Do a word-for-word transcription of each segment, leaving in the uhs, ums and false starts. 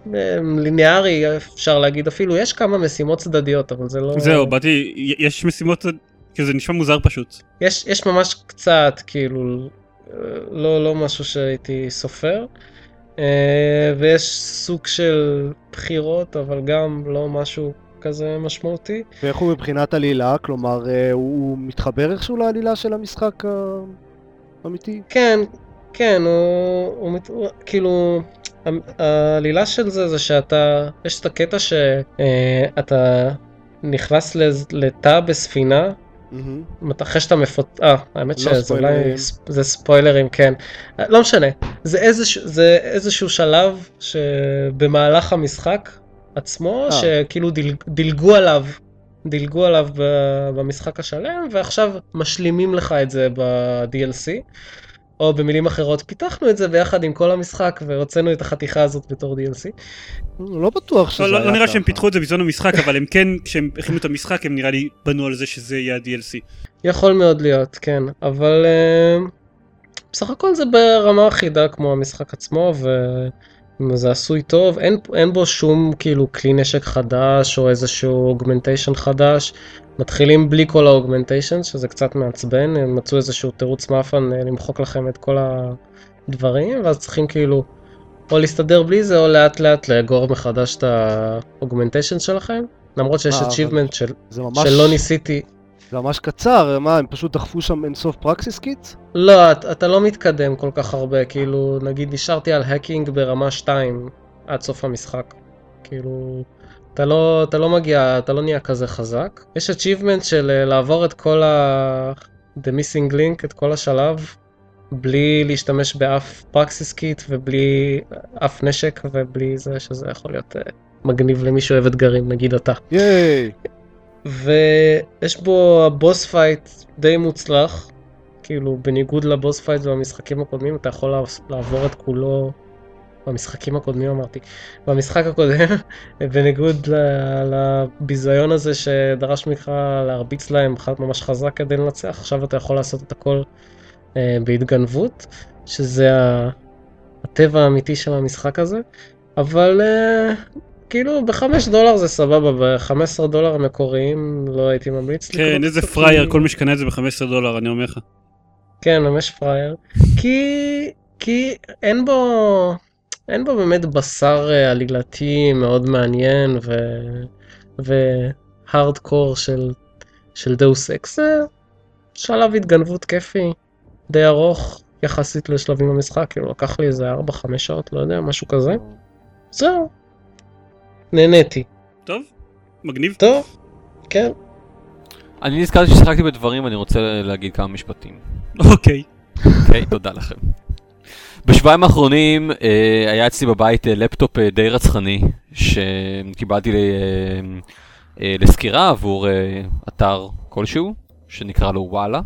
ליניארי, אפשר להגיד אפילו, יש כמה משימות צדדיות, אבל זה לא... זהו, באתי, יש משימות, כי זה נשמע מוזר פשוט. יש, יש ממש קצת, כאילו, לא, לא משהו שהייתי סופר, ויש סוג של בחירות, אבל גם לא משהו כזה משמעותי. ואיך הוא מבחינת עלילה? כלומר, הוא מתחבר איכשהו לעלילה של המשחק האמיתי? כן, כן, הוא, הוא, הוא כאילו, העלילה של זה זה שאתה, יש את הקטע שאתה נכנס לתא בספינה, אחרי שאתה מפות... אה, האמת שזה אולי... זה ספוילרים, כן. לא משנה. זה איזשהו, זה איזשהו שלב שבמהלך המשחק עצמו, שכאילו דילגו עליו, דילגו עליו במשחק השלם, ועכשיו משלימים לך את זה ב-די אל סי. או במילים אחרות, פיתחנו את זה ביחד עם כל המשחק, והוצאנו את החתיכה הזאת בתור די אל סי. לא בטוח שזה היה ככה. לא נראה שהם פיתחו את זה בזמן המשחק, אבל הם כן, כשהם הכינו את המשחק, הם נראה לי בנו על זה שזה יהיה ה-די אל סי. יכול מאוד להיות, כן. אבל בסך הכל זה ברמה אחידה כמו המשחק עצמו, וזה עשוי טוב. אין, אין בו שום כאילו כלי נשק חדש, או איזשהו אוגמנטיישן חדש. מתחילים בלי כל האוגמנטיישן, שזה קצת מעצבן, הם מצאו איזשהו תירוץ מאפן למחוק לכם את כל הדברים, ואז צריכים כאילו או להסתדר בלי זה, או לאט לאט לאגור מחדש את האוגמנטיישן שלכם, למרות שיש achievement של, שלא ניסיתי. זה ממש קצר, מה, הם פשוט דחפו שם אינסוף פרקסיס קיטס? לא, אתה, אתה לא מתקדם כל כך הרבה, כאילו נגיד נשארתי על האקינג ברמה שתיים עד סוף המשחק, כאילו... אתה לא, אתה לא מגיע, אתה לא נהיה כזה חזק. יש achievement של לעבור את כל ה... The Missing Link, את כל השלב, בלי להשתמש באף פרקסיס קיט, ובלי אף נשק, ובלי זה שזה יכול להיות מגניב למי שאוהב אתגרים, נגיד אתה. ייי! ויש בו הבוס פייט די מוצלח, כאילו בניגוד לבוס פייט במשחקים הקודמים, אתה יכול לעבור את כולו, במשחקים הקודמים אמרתי, במשחק הקודם, בניגוד לביזיון הזה שדרש ממך להרביץ להם ממש חזק כדי לנצח, עכשיו אתה יכול לעשות את הכל בהתגנבות, שזה הטבע האמיתי של המשחק הזה, אבל כאילו בחמש דולר זה סבבה, ב-חמישה עשר דולר המקוריים לא הייתי ממליץ. כן, איזה פרייר, כל מי שקנה את זה ב-חמישה עשר דולר, אני אומר לך. כן, ממש פרייר, כי, כי אין בו... אין בו באמת בשר עלילתי מאוד מעניין ו... והארדקור של, של דאוס אקס, זה שלב התגנבות כיפי, די ארוך יחסית לשלבים במשחק, כאילו לקח לי איזה ארבע חמש שעות, לא יודע, משהו כזה. זהו, נהניתי. טוב, מגניב. טוב, כן. אני נזכרתי ששחקתי בדברים, אני רוצה להגיד כמה משפטים. אוקיי. אוקיי, תודה לכם. בשבועיים האחרונים אה, היה אצלי בבית אה, לפטופ אה, די רצחני שקיבלתי לי, אה, אה, לסקירה עבור אה, אתר כלשהו שנקרא לו וואלה,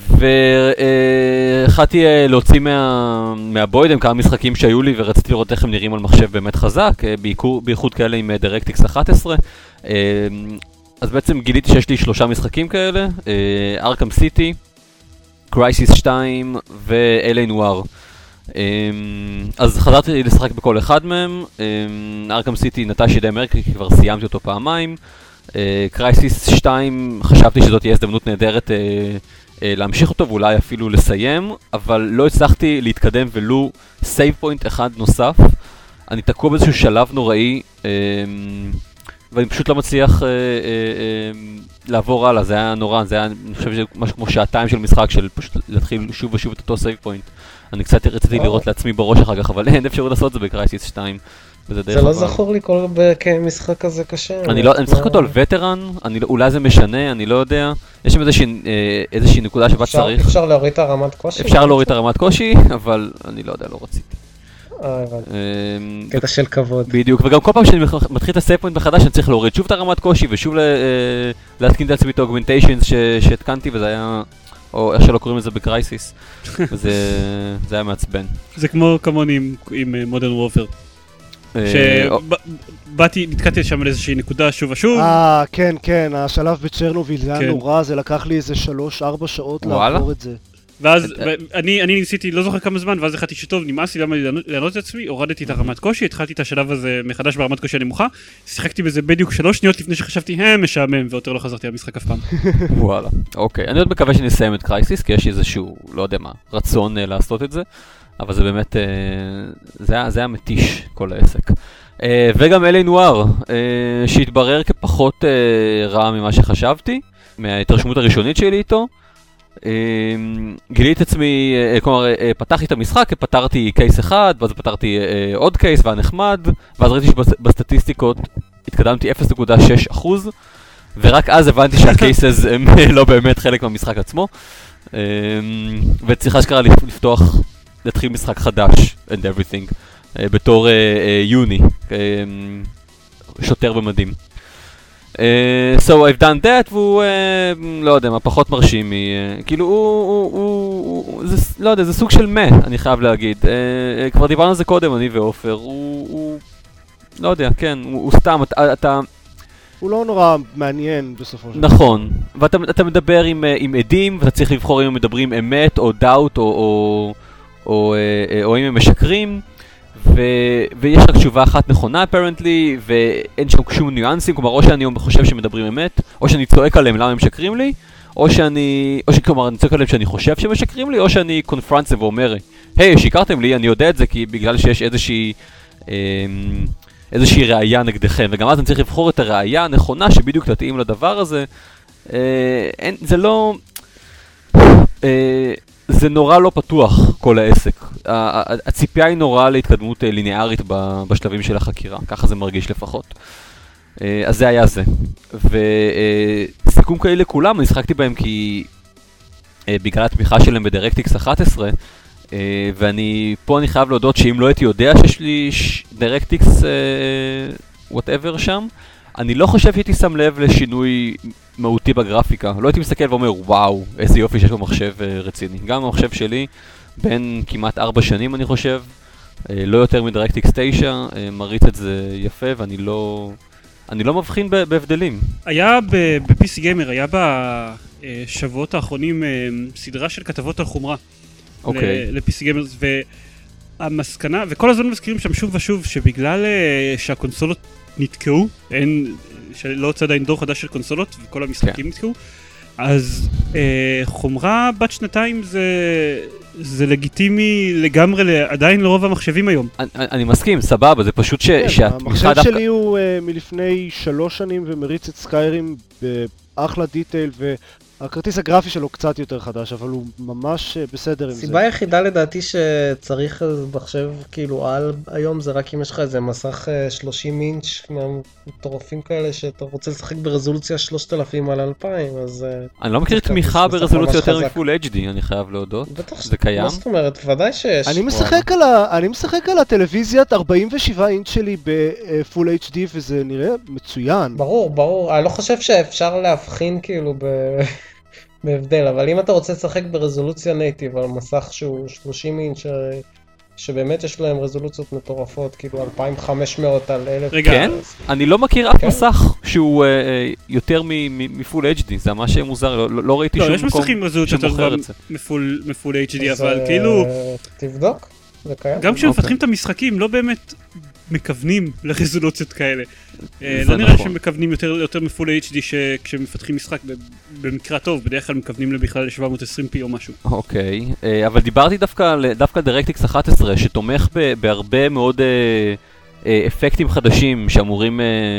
והחלטתי אה, להוציא מה, מהבוידם כמה משחקים שהיו לי ורציתי לראות איך הם נראים על מחשב באמת חזק, אה, בייחוד, בייחוד כאלה עם DirectX אחת עשרה. אה, אז בעצם גיליתי שיש לי שלושה משחקים כאלה, ארקם סיטי, קרייסיס שתיים ו-אל איי נואר. אז חזרתי לשחק בכל אחד מהם. ארקם סיטי נטש ידי מהר כי כבר סיימתי אותו פעמיים. קרייסיס שתיים חשבתי שזאת תהיה הזדמנות נהדרת להמשיך אותו ואולי אפילו לסיים, אבל לא הצלחתי להתקדם ולו סייב פוינט אחד נוסף. אני תקוע באיזשהו שלב נוראי ואני פשוט לא מצליח לעבור הלאה. זה היה נורא, זה היה, אני חושב שזה משהו כמו שעתיים של משחק של פשוט להתחיל שוב ושוב את אותו סייב פוינט. אני קצת רציתי לראות לעצמי בראש אחר כך, אבל אין אפשרות לעשות את זה בקרייסיס שתיים. זה לא זכור לי כל משחק כזה קשה. אני משחק אותו על וטרן, אולי זה משנה, אני לא יודע. יש שם איזושהי נקודה שבה צריך. אפשר להוריד את הרמת קושי? אפשר להוריד את הרמת קושי, אבל אני לא יודע, לא רציתי. אה, קטע של כבוד. בדיוק, וגם כל פעם שאני מתחיל את הסייב פוינט מחדש, אני צריך להוריד שוב את הרמת קושי, ושוב להתקין את עצמי את האוגמנטיישנס שהתקנתי, וזה היה... או איך שלא קוראים לזה בקרייסיס, וזה היה מעצבן. זה כמו כמוני עם מודרן וורפר. שבאתי, נתקעתי שם על איזושהי נקודה שוב ושוב. אה, כן, כן, השלב בצ'רנוביל זה היה נורא, זה לקח לי איזה שלוש ארבע שעות לעבור את זה. ואז אני ניסיתי, לא זוכר כמה זמן, ואז החלטתי שטוב, נמאס לי למה לענות את עצמי, הורדתי את הרמת קושי, התחלתי את השלב הזה מחדש ברמת קושי הנמוכה, שיחקתי בזה בדיוק שלוש שניות לפני שחשבתי, הם משעמם, ויותר לא חזרתי למשחק אף פעם. וואלה, אוקיי. אני עוד מקווה שנסיים את קרייסיס, כי יש איזשהו, לא יודע מה, רצון לעשות את זה, אבל זה באמת, זה היה מתיש, כל העסק. וגם אלי נואר, שהתברר כפחות רע ממה שחשבתי, מההתרשמות הראשונית שלי איתו. גיליתי את עצמי, כלומר, פתחתי את המשחק, פתרתי קייס אחד, ואז פתרתי עוד קייס והיה נחמד, ואז ראיתי שבסטטיסטיקות התקדמתי אפס נקודה שש אחוז, ורק אז הבנתי שהקייסס הם לא באמת חלק מהמשחק עצמו, וצריכה שקרה לפתוח, להתחיל משחק חדש, and everything, בתור יוני, שוטר במדים. Uh, so I've done that, והוא, uh, לא יודע מה, פחות מרשים מ... Uh, כאילו, הוא, הוא, הוא, הוא, זה, לא יודע, זה סוג של מה, אני חייב להגיד. Uh, uh, כבר דיברנו על זה קודם, אני ואופר, הוא, הוא, לא יודע, כן, הוא, הוא סתם, אתה, אתה... הוא לא נורא מעניין בסופו של דבר. נכון, ואתה אתה מדבר עם, uh, עם עדים, ואתה צריך לבחור אם הם מדברים אמת, או דאוט, או, או, או, uh, או אם הם משקרים. ו... ויש רק תשובה אחת נכונה apparently, ואין שם שום ניואנסים, כלומר או שאני חושב שמדברים אמת, או שאני צועק עליהם למה הם משקרים לי, או שאני, או ש... כלומר אני צועק עליהם שאני חושב שהם משקרים לי, או שאני קונפרנט זה ואומר, היי, שיקרתם לי, אני יודע את זה כי בגלל שיש איזושהי, איזושהי ראייה נגדכם, וגם אז אני צריך לבחור את הראייה הנכונה שבדיוק תתאים לדבר הזה. אין, זה לא... זה נורא לא פתוח, כל העסק. הציפייה היא נורא להתקדמות ליניארית בשלבים של החקירה, ככה זה מרגיש לפחות. אז זה היה זה. וסיכום כאלה לכולם, אני שחקתי בהם כי בגלל התמיכה שלהם בדירקטיקס אחת עשרה, ואני פה אני חייב להודות שאם לא הייתי יודע שיש לי דירקטיקס whatever שם, אני לא חושב שהייתי שם לב לשינוי מהותי בגרפיקה. לא הייתי מסתכל ואומר, וואו, איזה יופי שיש במחשב רציני. גם המחשב שלי, בין כמעט ארבע שנים אני חושב, לא יותר מדירקטיקס תשע, מריץ את זה יפה, ואני לא... אני לא מבחין בהבדלים. היה ב-פי סי Gamer, היה בשבועות האחרונים סדרה של כתבות על חומרה. אוקיי. ל-פי סי Gamer, והמסקנה, וכל הזמן מזכירים שם שוב ושוב, שבגלל שהקונסולות נתקעו, אין, שלא הוצא עדיין דור חדש של קונסולות, וכל המשחקים נתקעו, אז אה, חומרה בת שנתיים זה, זה לגיטימי לגמרי, עדיין לרוב המחשבים היום. אני, אני מסכים, סבבה, זה פשוט ש... כן, המחשב שלי דווקא... הוא uh, מלפני שלוש שנים ומריץ את סקיירים באחלה דיטייל, והכרטיס הגרפי שלו קצת יותר חדש, אבל הוא ממש uh, בסדר עם זה. הסיבה היחידה לדעתי שצריך מחשב כאילו על היום זה רק אם יש לך איזה מסך שלושים אינץ' מטורפים כאלה שאתה רוצה לשחק ברזולוציה שלושת אלפים על אלפיים, אז... אני לא מכיר תמיכה ברזולוציה יותר מפול אייץ' די, אני חייב להודות. בטח זה קיים. מה זאת אומרת? ודאי שיש. אני משחק על ה... אני משחק על הטלוויזיית ארבעים ושבעה אינץ' שלי בפול אייץ' די וזה נראה מצוין. ברור, ברור. אני לא חושב שאפשר להבחין כאילו ב... בהבדל, אבל אם אתה רוצה לשחק ברזולוציה נייטיב על מסך שהוא שלושים אינץ' שבאמת יש להם רזולוציות מטורפות, כאילו אלפיים וחמש מאות על אלף. רגע, כן? אני לא מכיר אף מסך שהוא יותר מפול אייץ' די, זה ממש מוזר, לא ראיתי שום מקום שמוכר את זה. לא, יש מסכים רזולוציות יותר מפול אייץ' די, אבל כאילו... תבדוק, זה קיים. גם כשמפתחים את המשחקים, לא באמת מכוונים לרזולוציות כאלה. לא נראה שהם מכוונים יותר מפול אייץ' די כשמפתחים משחק במקרה טוב, בדרך כלל מכוונים לבכלל ל-שבע מאות עשרים פי או משהו. אוקיי, אבל דיברתי דווקא על דירקטיקס אחת עשרה שתומך בהרבה מאוד אפקטים חדשים שאמורים,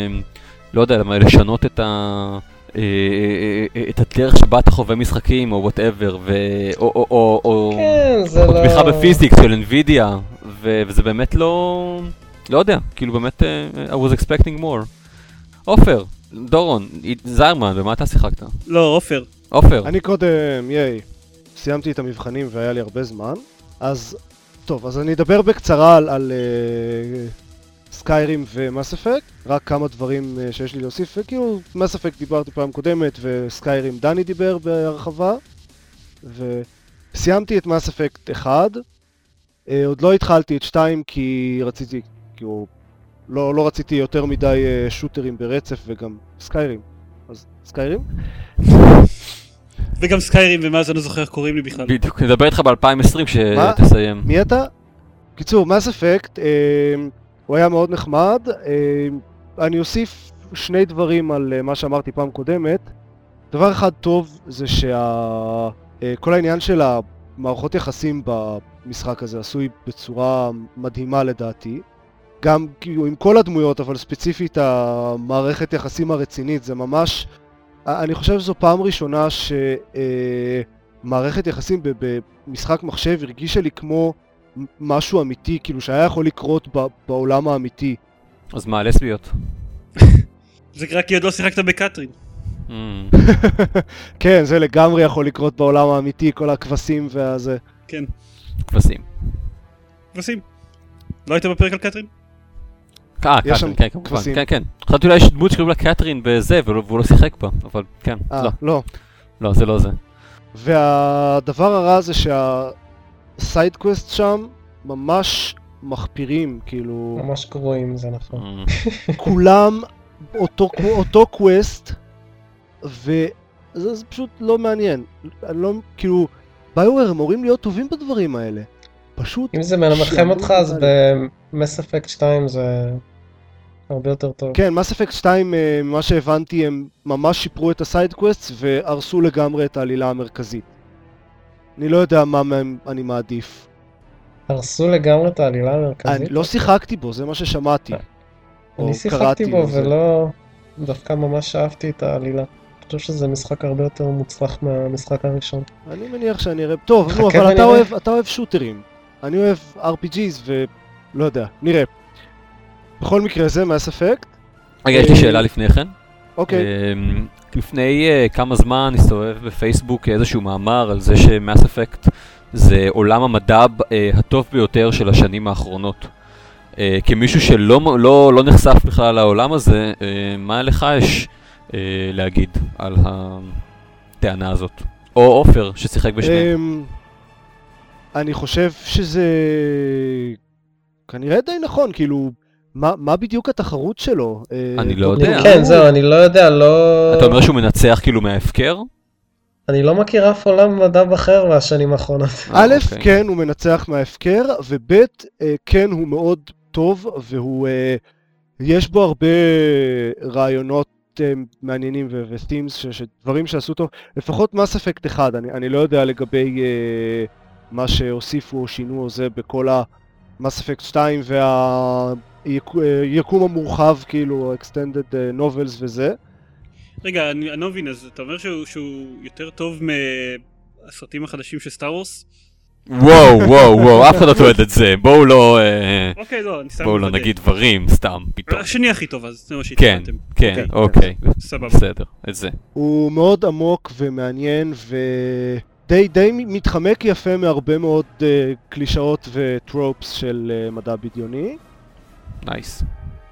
לא יודע, לשנות את ה... את הדרך שבה אתה חווה משחקים או whatever, או תמיכה בפיזיקס של NVIDIA, וזה באמת לא... לא יודע, כאילו באמת, I was expecting more. אופר, דורון, זיירמן, במה אתה שיחקת? לא, אופר. אופר. אני קודם, ייי, סיימתי את המבחנים והיה לי הרבה זמן, אז, טוב, אז אני אדבר בקצרה על, על uh, סקיירים ומאס אפקט, רק כמה דברים uh, שיש לי להוסיף, וכאילו, מאס אפקט דיברתי פעם קודמת, וסקיירים דני דיבר בהרחבה, וסיימתי את מאס אפקט אחד, uh, עוד לא התחלתי את שתיים כי רציתי, כאילו, לא, לא רציתי יותר מדי uh, שוטרים ברצף וגם סקיירים, אז סקיירים? וגם סקיירים, ומאז אני לא זוכר איך קוראים לי בכלל. בדיוק, נדבר איתך ב-אלפיים ועשרים כשתסיים. מי אתה? קיצור, מס אפקט, אה, הוא היה מאוד נחמד. אה, אני אוסיף שני דברים על אה, מה שאמרתי פעם קודמת. דבר אחד טוב זה שכל העניין של המערכות יחסים במשחק הזה עשוי בצורה מדהימה לדעתי. גם כאילו עם כל הדמויות, אבל ספציפית המערכת יחסים הרצינית, זה ממש... אני חושב שזו פעם ראשונה שמערכת יחסים במשחק מחשב הרגישה לי כמו משהו אמיתי, כאילו שהיה יכול לקרות בעולם האמיתי. אז מה, לסביות? זה רק כי עוד לא שיחקת בקטרין. כן, זה לגמרי יכול לקרות בעולם האמיתי, כל הכבשים והזה. כן. כבשים. כבשים. לא היית בפרק על קטרין? אה, קטרין, כן, כמובן, כן, כן. חשבתי אולי יש דמות שקוראים לה קטרין בזה, והוא לא שיחק בה, אבל כן, לא. לא. לא, זה לא זה. והדבר הרע זה שהסיידקווסט שם ממש מחפירים, כאילו... ממש גרועים, זה נכון. כולם אותו קווסט, וזה פשוט לא מעניין. לא, כאילו, ביואר הם אמורים להיות טובים בדברים האלה. פשוט... אם זה מנחם אותך, אז במס אפקט שתיים זה הרבה יותר טוב. כן, מס אפקט שתיים, ממה שהבנתי, הם ממש שיפרו את הסיידקווסט והרסו לגמרי את העלילה המרכזית. אני לא יודע מה מהם אני מעדיף. הרסו לגמרי את העלילה המרכזית? אני לא שיחקתי בו, זה מה ששמעתי. אני שיחקתי בו ולא... דווקא ממש אהבתי את העלילה. אני חושב שזה משחק הרבה יותר מוצלח מהמשחק הראשון. אני מניח שאני אראה... טוב, נו, אבל אתה אוהב, אתה אוהב שוטרים. אני אוהב אר פי ג'יז ולא יודע, נראה. בכל מקרה זה מס אפקט. רגע, יש לי שאלה לפני כן. אוקיי. לפני כמה זמן הסתובב בפייסבוק איזשהו מאמר על זה שמס אפקט זה עולם המדע הטוב ביותר של השנים האחרונות. כמישהו שלא לא, לא נחשף בכלל לעולם הזה, מה לך יש להגיד על הטענה הזאת? או אופר ששיחק בשניהם. אני חושב שזה כנראה די נכון, כאילו, מה, מה בדיוק התחרות שלו? אני לא יודע. כן, זהו, אני לא יודע, לא... אתה אומר שהוא מנצח כאילו מההפקר? אני לא מכיר אף עולם מדע אחר מהשנים האחרונות. א', כן, הוא מנצח מההפקר, וב', כן, הוא מאוד טוב, והוא, יש בו הרבה רעיונות מעניינים ו-themes, דברים שעשו טוב, לפחות מס אפקט אחד, אני, אני לא יודע לגבי מה שהוסיפו או שינו או זה בכל המס אפקט שתיים והיקום המורחב, כאילו, extended novels וזה. רגע, אני לא מבין, אז אתה אומר שהוא, שהוא יותר טוב מהסרטים החדשים של סטאר וורס? וואו, וואו, וואו, אף אחד לא תועד את זה, בואו לא... אוקיי, לא, אני סתם... בואו לא נגיד דברים, סתם, פתאום. השני הכי טוב, אז זה מה שהתקבלתם. כן, כן, אוקיי. סבבה. בסדר, את זה. הוא מאוד עמוק ומעניין, ודי די מתחמק יפה מהרבה מאוד קלישאות וטרופס של מדע בדיוני. נייס.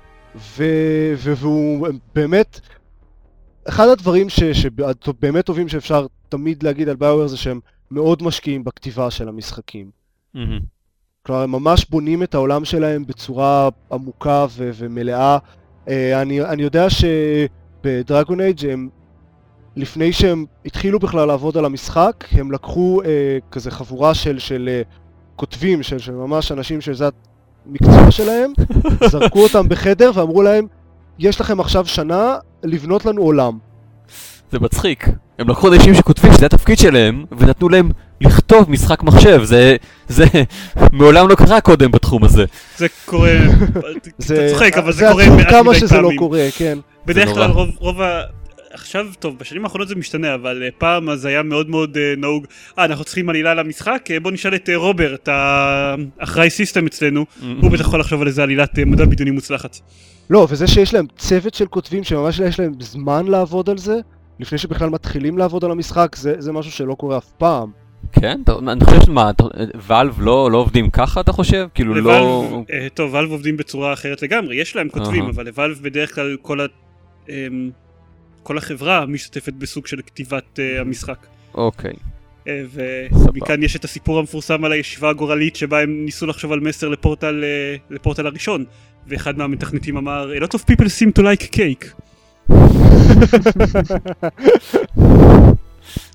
והוא באמת... אחד הדברים שבאמת טובים שאפשר תמיד להגיד על ביואר זה שהם מאוד משקיעים בכתיבה של המשחקים. Mm-hmm. כלומר, הם ממש בונים את העולם שלהם בצורה עמוקה ו- ומלאה. Uh, אני, אני יודע שבדרגון אייג' הם, לפני שהם התחילו בכלל לעבוד על המשחק, הם לקחו uh, כזה חבורה של, של uh, כותבים, של, של ממש אנשים שזה המקצוע שלהם, זרקו אותם בחדר ואמרו להם, יש לכם עכשיו שנה לבנות לנו עולם. זה מצחיק. הם לקחו אנשים שכותבים שזה התפקיד שלהם, ונתנו להם לכתוב משחק מחשב. זה, זה מעולם לא קרה קודם בתחום הזה. זה קורה, אתה צוחק, אבל זה קורה מעט מדי פעמים. כמה שזה לא קורה, כן. בדרך כלל רוב, רוב ה... עכשיו, טוב, בשנים האחרונות זה משתנה, אבל פעם אז היה מאוד מאוד נהוג, אה, אנחנו צריכים עלילה למשחק, בוא נשאל את רוברט, האחראי סיסטם אצלנו, הוא בטח יכול לחשוב על איזה עלילת מדע בדיוני מוצלחת. לא, וזה שיש להם צוות של כותבים שממש יש להם זמן לעבוד על זה, לפני שבכלל מתחילים לעבוד על המשחק, זה, זה משהו שלא קורה אף פעם. כן? אני חושב שמה, ואלב לא, לא עובדים ככה, אתה חושב? כאילו לא... טוב, ואלב עובדים בצורה אחרת לגמרי, יש להם כותבים, אבל לוואלב בדרך כלל כל, ה, כל החברה משתתפת בסוג של כתיבת המשחק. אוקיי. ומכאן יש את הסיפור המפורסם על הישיבה הגורלית שבה הם ניסו לחשוב על מסר לפורטל, לפורטל הראשון, ואחד מהמתכנתים אמר, A lot of people seem to like cake.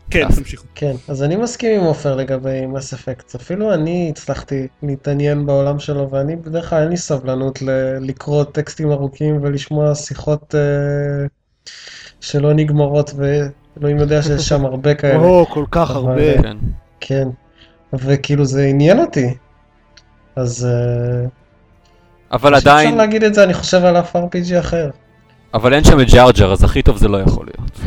כן, תמשיכו. כן, אז אני מסכים עם עופר לגבי מס אפקט. אפילו אני הצלחתי להתעניין בעולם שלו, ואני בדרך כלל אין לי סבלנות ל- לקרוא טקסטים ארוכים ולשמוע שיחות אה, שלא נגמרות, ואלוהים יודע שיש שם הרבה כאלה. או, כל כך אבל, הרבה. כן. כן, וכאילו זה עניין אותי. אז אה, אבל אפשר עדיין, להגיד את זה, אני חושב על אף אר פי ג'י אחר. אבל אין שם את ג'ארג'ר, אז הכי טוב זה לא יכול להיות.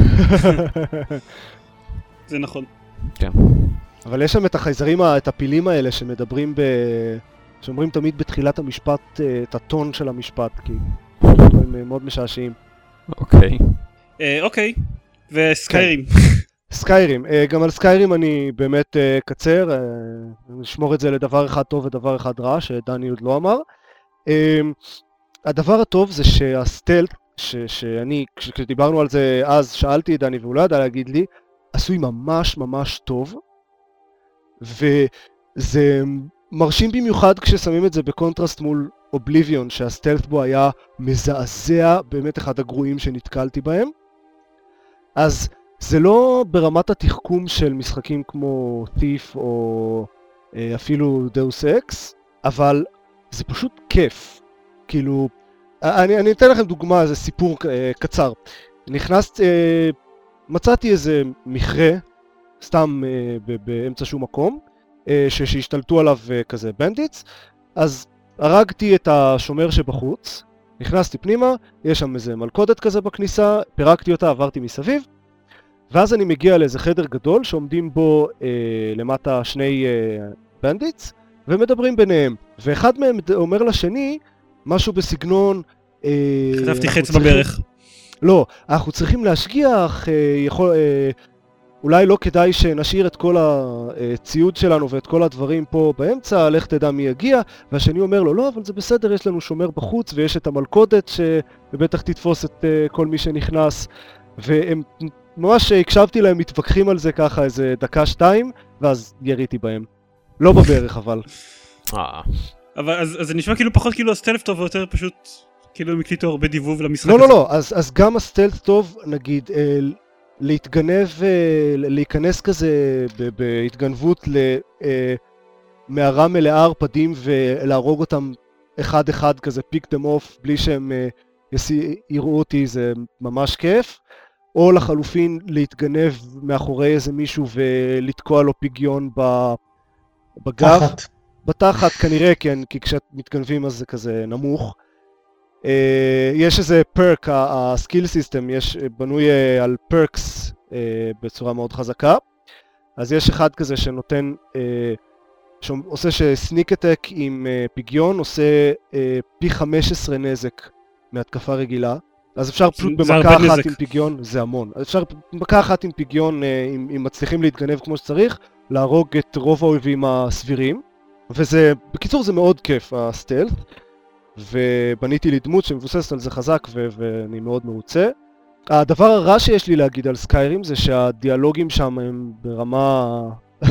זה נכון. כן. אבל יש שם את החייזרים, ה- את הפילים האלה שמדברים ב... שאומרים תמיד בתחילת המשפט אה, את הטון של המשפט, כי הם אה, מאוד משעשעים. אוקיי. אה, אוקיי, וסקיירים. סקיירים, אה, גם על סקיירים אני באמת אה, קצר, אה, נשמור את זה לדבר אחד טוב ודבר אחד רע, שדני עוד לא אמר. אה, הדבר הטוב זה שהסטלט, ש- שאני, כש- כשדיברנו על זה אז, שאלתי את דני והוא לא ידע להגיד לי, עשוי ממש ממש טוב, וזה מרשים במיוחד כששמים את זה בקונטרסט מול אובליביון, שהסטלט בו היה מזעזע, באמת אחד הגרועים שנתקלתי בהם. אז זה לא ברמת התחכום של משחקים כמו Thief או אה, אפילו Deus Ex, אבל זה פשוט כיף. כאילו, אני, אני אתן לכם דוגמה, זה סיפור אה, קצר. נכנסת, אה, מצאתי איזה מכרה, סתם אה, ב- באמצע שום מקום, אה, ש- שהשתלטו עליו אה, כזה בנדיטס, אז הרגתי את השומר שבחוץ, נכנסתי פנימה, יש שם איזה מלכודת כזה בכניסה, פירקתי אותה, עברתי מסביב, ואז אני מגיע לאיזה חדר גדול שעומדים בו אה, למטה שני אה, בנדיטס, ומדברים ביניהם. ואחד מהם אומר לשני משהו בסגנון... אה, חטפתי חץ צריכים... בברך. לא, אנחנו צריכים להשגיח, אה, יכול, אה, אולי לא כדאי שנשאיר את כל הציוד שלנו ואת כל הדברים פה באמצע, לך תדע מי יגיע, והשני אומר לו, לא, אבל זה בסדר, יש לנו שומר בחוץ ויש את המלכודת שבטח תתפוס את אה, כל מי שנכנס, והם ממש הקשבתי להם מתווכחים על זה ככה איזה דקה שתיים, ואז יריתי בהם. לא בברך אבל. אה. אבל אז אז זה נשמע כאילו פחות כאילו הסטלף טוב ויותר פשוט כאילו הם הקליטו הרבה דיבוב למשחק לא, הזה. לא, לא, אז, אז גם הסטלט טוב, נגיד, אה, להתגנב, אה, להיכנס כזה ב- בהתגנבות למערה מלאה ערפדים ולהרוג אותם אחד אחד כזה, פיק דם אוף, בלי שהם אה, יסי, יראו אותי, זה ממש כיף. או לחלופין להתגנב מאחורי איזה מישהו ולתקוע לו פיגיון ב- בגב. תחת. בתחת כנראה כן, כי כשאת מתגנבים אז זה כזה נמוך. Uh, יש איזה פרק, הסקיל סיסטם יש בנוי uh, על פרקס uh, בצורה מאוד חזקה. אז יש אחד כזה שנותן, uh, שעושה שסניק אטק עם uh, פיגיון, עושה uh, פי חמש עשרה נזק מהתקפה רגילה. אז אפשר פשוט זה במכה הרבה אחת נזק. עם פיגיון, זה המון. אז אפשר במכה אחת עם פיגיון, uh, אם, אם מצליחים להתגנב כמו שצריך, להרוג את רוב האויבים הסבירים. וזה, בקיצור זה מאוד כיף הסטלט. ובניתי לי דמות שמבוססת על זה חזק ו- ואני מאוד מרוצה. הדבר הרע שיש לי להגיד על סקיירים זה שהדיאלוגים שם הם ברמה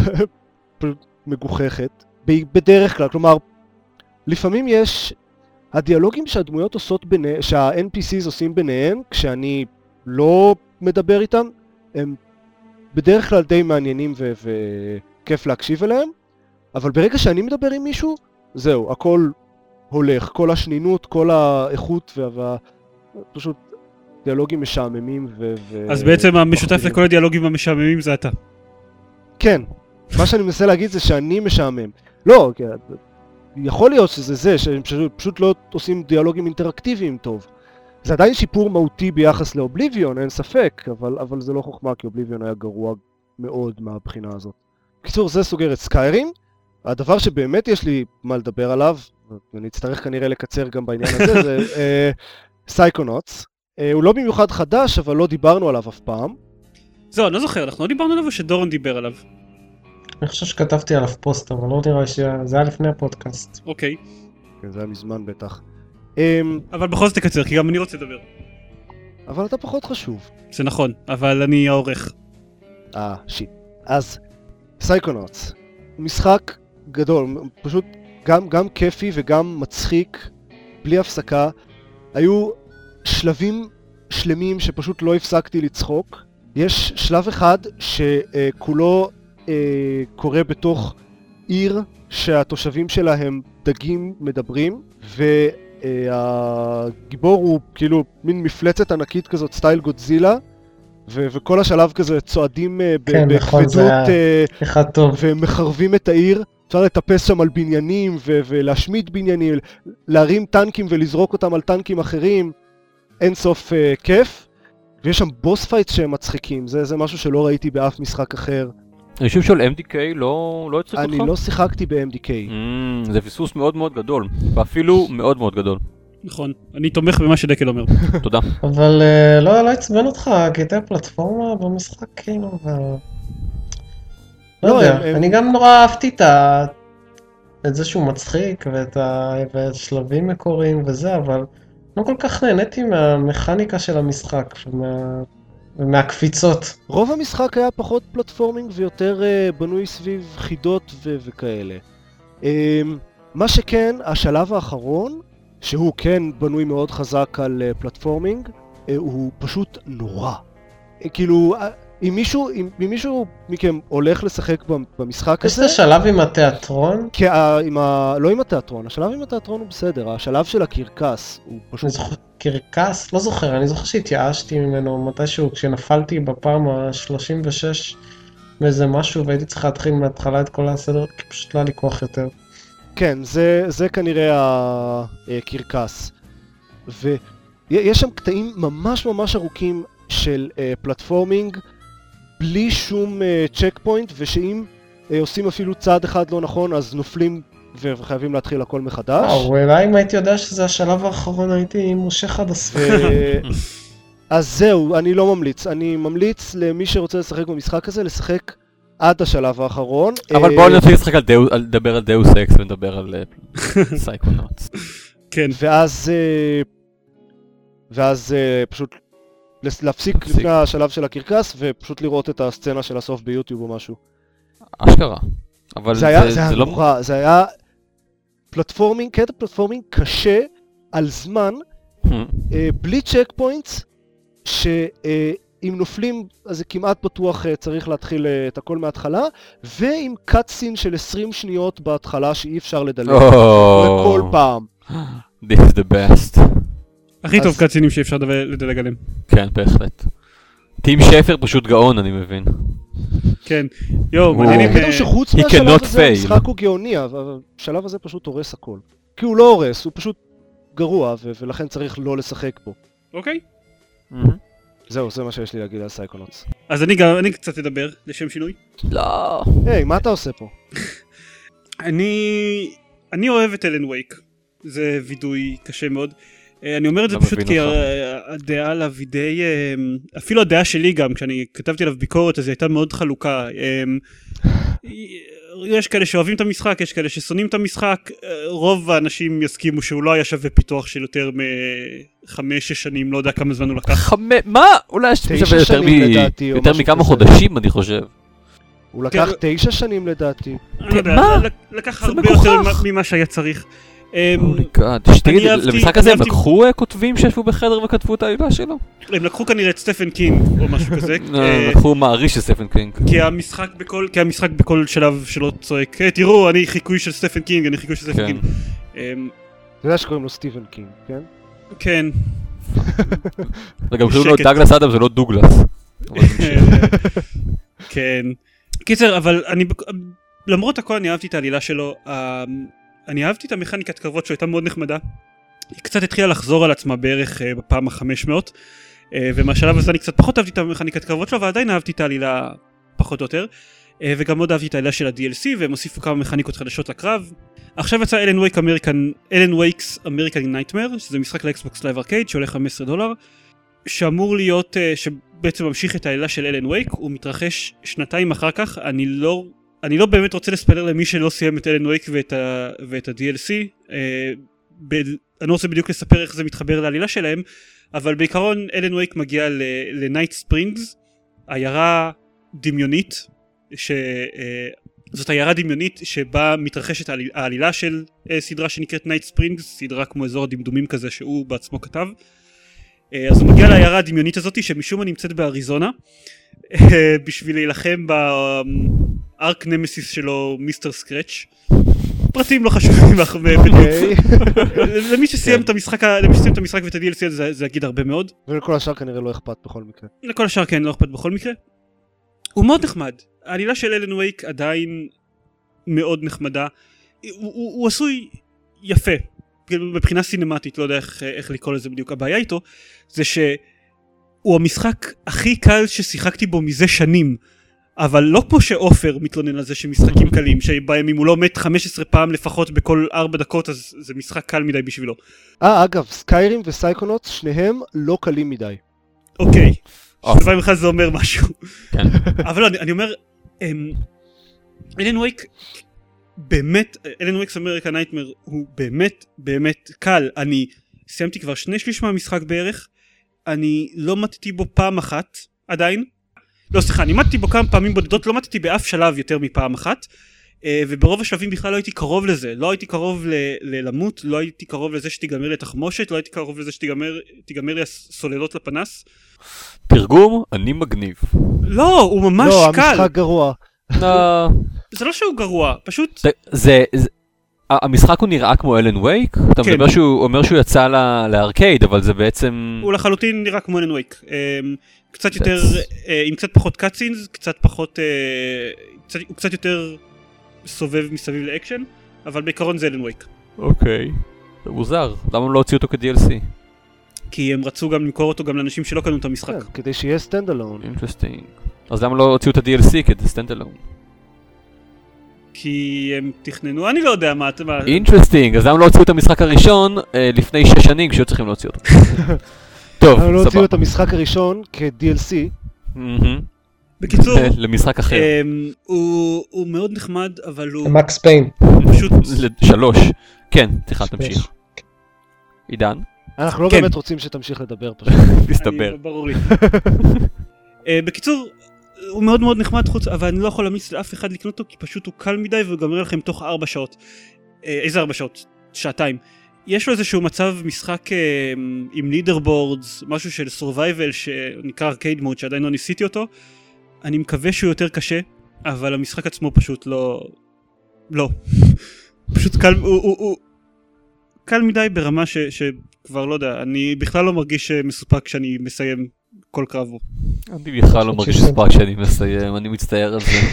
מגוחכת. בדרך כלל, כלומר, לפעמים יש הדיאלוגים שהדמויות עושות ביניהם, שה-אן פי סי'ס עושים ביניהם, כשאני לא מדבר איתם, הם בדרך כלל די מעניינים ו- וכיף להקשיב אליהם, אבל ברגע שאני מדבר עם מישהו, זהו, הכל הולך, כל השנינות, כל האיכות וה... וה... פשוט דיאלוגים משעממים ו... ו... אז בעצם המשותף לכל הדיאלוגים המשעממים זה אתה. כן, מה שאני מנסה להגיד זה שאני משעמם. לא, יכול להיות שזה זה, שהם פשוט, פשוט לא עושים דיאלוגים אינטראקטיביים טוב. זה עדיין שיפור מהותי ביחס לאובליביון, אין ספק, אבל, אבל זה לא חוכמה, כי אובליביון היה גרוע מאוד מהבחינה הזאת. בקיצור, זה סוגר את סקיירים. הדבר שבאמת יש לי מה לדבר עליו, ואני אצטרך כנראה לקצר גם בעניין הזה, זה סייקונוטס. הוא לא במיוחד חדש, אבל לא דיברנו עליו אף פעם. זהו, אני לא זוכר, אנחנו לא דיברנו עליו או שדורון דיבר עליו? אני חושב שכתבתי עליו פוסט, אבל לא נראה שזה היה לפני הפודקאסט. אוקיי. כן, זה היה מזמן בטח. אבל בכל זאת תקצר, כי גם אני רוצה לדבר. אבל אתה פחות חשוב. זה נכון, אבל אני העורך. אה, שיט. אז, סייקונוטס. משחק גדול, פשוט גם, גם כיפי וגם מצחיק, בלי הפסקה. היו שלבים שלמים שפשוט לא הפסקתי לצחוק. יש שלב אחד שכולו קורה בתוך עיר שהתושבים שלה הם דגים מדברים, והגיבור הוא כאילו מין מפלצת ענקית כזאת, סטייל גודזילה, ו- וכל השלב כזה צועדים כן, בכבדות אחד טוב. ומחרבים את העיר. אפשר לטפס שם על בניינים ו- ולהשמיד בניינים, להרים טנקים ולזרוק אותם על טנקים אחרים. אין סוף uh, כיף. ויש שם בוס פייטס שהם מצחיקים, זה, זה משהו שלא ראיתי באף משחק אחר. אני חושב שעל אם די קיי לא, לא הצחיק אותך? אני לא שיחקתי ב-אם די קיי. Mm, זה פיסוס מאוד מאוד גדול, ואפילו מאוד מאוד גדול. נכון, אני תומך במה שדקל אומר. תודה. אבל לא, לא עצבן אותך, קטעי פלטפורמה במשחק כאילו, ו... לא יודע, אני גם נורא אהבתי את זה שהוא מצחיק, ואת השלבים מקוריים וזה, אבל לא כל כך נהניתי מהמכניקה של המשחק, ומהקפיצות. רוב המשחק היה פחות פלטפורמינג ויותר בנוי סביב חידות וכאלה. מה שכן, השלב האחרון, שהוא כן בנוי מאוד חזק על פלטפורמינג, הוא פשוט נורא. כאילו, אם מישהו, אם מישהו מכם הולך לשחק במשחק הזה... יש את השלב עם התיאטרון? כי, עם ה... לא עם התיאטרון, השלב עם התיאטרון הוא בסדר, השלב של הקרקס הוא פשוט... אני זוכר, קרקס? לא זוכר, אני זוכר שהתייאשתי ממנו מתישהו כשנפלתי בפעם ה-שלושים ושש מאיזה משהו והייתי צריך להתחיל מההתחלה את כל הסדר, כי פשוט לא היה לי כוח יותר. כן, זה, זה כנראה הקרקס. ויש שם קטעים ממש ממש ארוכים של פלטפורמינג, בלי שום צ'ק פוינט, ושאם עושים אפילו צעד אחד לא נכון, אז נופלים וחייבים להתחיל הכל מחדש. וואו, אולי אם הייתי יודע שזה השלב האחרון, הייתי מושך עד הסוף. אז זהו, אני לא ממליץ. אני ממליץ למי שרוצה לשחק במשחק הזה, לשחק עד השלב האחרון. אבל בואו נתחיל לשחק על לדבר על דאוס אקס ונדבר על סייקונאוטס. כן. ואז ואז פשוט להפסיק לפני השלב של הקרקס ופשוט לראות את הסצנה של הסוף ביוטיוב או משהו. אשכרה. אבל זה היה, זה היה נורא, זה היה פלטפורמינג, קטע פלטפורמינג קשה על זמן, בלי צ'ק פוינטס, שאם נופלים אז זה כמעט בטוח צריך להתחיל את הכל מההתחלה, ועם קאטסין של עשרים שניות בהתחלה שאי אפשר לדלג, כל פעם. This is the best. הכי טוב קאטסינים שאפשר לדלג עליהם. כן, בהחלט. טים שפר פשוט גאון, אני מבין. כן, יו, מעניינים... הקטע שחוץ מהשלב הזה המשחק הוא גאוני, אבל השלב הזה פשוט הורס הכל. כי הוא לא הורס, הוא פשוט גרוע, ולכן צריך לא לשחק פה. אוקיי. זהו, זה מה שיש לי להגיד על סייקונאוטס. אז אני גם, אני קצת אדבר, לשם שינוי. לא. היי, מה אתה עושה פה? אני... אני אוהב את אלן וייק. זה וידוי קשה מאוד. אני אומר את זה פשוט כי הדעה עליו היא די, אפילו הדעה שלי גם, כשאני כתבתי עליו ביקורת, אז היא הייתה מאוד חלוקה. יש כאלה שאוהבים את המשחק, יש כאלה ששונאים את המשחק, רוב האנשים יסכימו שהוא לא היה שווה פיתוח של יותר מחמש, שש שנים, לא יודע כמה זמן הוא לקח. חמש, מה? אולי שווה יותר מכמה חודשים, אני חושב. הוא לקח תשע שנים לדעתי. אני לא יודע, לקח הרבה יותר ממה שהיה צריך. הולי גאד, תגיד, למשחק הזה הם לקחו כותבים שישבו בחדר וכתבו את העלילה שלו? הם לקחו כנראה את סטפן קינג או משהו כזה. לקחו מעריש של סטפן קינג. כי המשחק בכל, כי המשחק בכל שלב שלו צועק, תראו, אני חיקוי של סטפן קינג, אני חיקוי של סטפן קינג. אתה יודע שקוראים לו סטיבן קינג, כן? כן. וגם קוראים לו דאגלס אדם, זה לא דוגלס. כן. קיצר, אבל אני, למרות הכל אני אהבתי את העלילה שלו, אני אהבתי את המכניקת קרבות שהייתה מאוד נחמדה. היא קצת התחילה לחזור על עצמה בערך בפעם ה-חמש מאות, ומהשלב הזה אני קצת פחות אהבתי את המכניקת קרבות שלו, ועדיין אהבתי את העלילה פחות או יותר, וגם מאוד אהבתי את העלילה של ה-די אל סי, והם הוסיפו כמה מכניקות חדשות לקרב. עכשיו יצא אלן וייק אמריקן, אלן וייקס אמריקן נייטמר, שזה משחק לאקסבוקס לייב ארקייד, שעולה חמישה עשר דולר, שאמור להיות, שבעצם ממשיך את העלילה של אלן וייק, הוא מתרחש שנתיים אחר כך. אני לא... אני לא באמת רוצה לספלר למי שלא סיים את אלן וייק ואת, ה, ואת ה-די אל סי, אה, ב, אני לא רוצה בדיוק לספר איך זה מתחבר לעלילה שלהם, אבל בעיקרון אלן וייק מגיע לנייט ספרינגס, עיירה דמיונית, ש, אה, זאת עיירה דמיונית שבה מתרחשת העליל, העלילה של אה, סדרה שנקראת נייט ספרינגס, סדרה כמו אזור הדמדומים כזה שהוא בעצמו כתב. אה, אז הוא מגיע לעיירה הדמיונית הזאת שמשום מה נמצאת באריזונה, בשביל להילחם בארק נמסיס שלו, מיסטר סקרץ'. פרטים לא חשובים בדיוק. למי שסיים את המשחק, למי שסיים את המשחק ואת ה-די אל סי הזה, זה יגיד הרבה מאוד. ולכל השאר כנראה לא אכפת בכל מקרה. לכל השאר כן, לא אכפת בכל מקרה. הוא מאוד נחמד. העלילה של אלן וייק עדיין מאוד נחמדה. הוא עשוי יפה. מבחינה סינמטית, לא יודע איך לקרוא לזה בדיוק. הבעיה איתו זה שהוא המשחק הכי קל ששיחקתי בו מזה שנים. אבל לא כמו שאופר מתלונן על זה שמשחקים קלים, שבהם אם הוא לא מת חמש עשרה פעם לפחות בכל ארבע דקות, אז זה משחק קל מדי בשבילו. אה, אגב, סקיירים וסייקונוטס, שניהם לא קלים מדי. אוקיי, שבעים אחד זה אומר משהו. אבל לא, אני אומר, אלן וייק, באמת, אלן וייקס אמריקה נייטמר הוא באמת, באמת קל. אני סיימתי כבר שני שליש מהמשחק בערך, אני לא מתתי בו פעם אחת, עדיין. לא, סליחה, אני מתתי בו כמה פעמים בודדות, לא מתתי באף שלב יותר מפעם אחת, וברוב השלבים בכלל לא הייתי קרוב לזה, לא הייתי קרוב למות, לא הייתי קרוב לזה שתיגמר לי התחמושת, לא הייתי קרוב לזה שתיגמר לי הסוללות לפנס. תרגום, אני מגניב. לא, הוא ממש קל. לא, המשחק גרוע. זה לא שהוא גרוע, פשוט... זה... המשחק הוא נראה כמו אלן וייק? אתה מדבר שהוא אומר שהוא יצא לארקייד, אבל זה בעצם... הוא לחלוטין נראה כמו אלן וייק. קצת יותר, עם קצת פחות קאטסינס, קצת פחות... הוא קצת יותר סובב מסביב לאקשן, אבל בעיקרון זה אלן וייק. אוקיי. זה מוזר. למה הם לא הוציאו אותו כ-די אל סי? כי הם רצו גם למכור אותו גם לאנשים שלא קנו את המשחק. כדי שיהיה סטנדלון. אינטרסטינג. אז למה לא הוציאו את ה-די אל סי כסטנדלון? כי הם תכננו, אני לא יודע מה... אינטרסטינג, אז למה לא הוציאו את המשחק הראשון לפני שש שנים כשהיו צריכים להוציא אותו? טוב, סבבה. לא הוציאו את המשחק הראשון כ-די אל סי. בקיצור... למשחק אחר. הוא מאוד נחמד, אבל הוא... מקס פיין. פשוט... שלוש. כן, תיכל תמשיך. עידן? אנחנו לא באמת רוצים שתמשיך לדבר פשוט. תסתבר. ברור לי. בקיצור... הוא מאוד מאוד נחמד חוץ, אבל אני לא יכול להמיץ לאף אחד לקנות אותו, כי פשוט הוא קל מדי והוא גמר לכם תוך ארבע שעות. איזה ארבע שעות? שעתיים. יש לו איזשהו מצב משחק עם לידרבורדס, משהו של סורווייבל שנקרא ארקייד מוד, שעדיין לא ניסיתי אותו. אני מקווה שהוא יותר קשה, אבל המשחק עצמו פשוט לא... לא. פשוט קל... הוא, הוא, הוא... קל מדי ברמה ש... שכבר לא יודע, אני בכלל לא מרגיש מסופק כשאני מסיים כל קרב בו. אני בכלל לא מרגיש מסופק כשאני מסיים, אני מצטער על זה.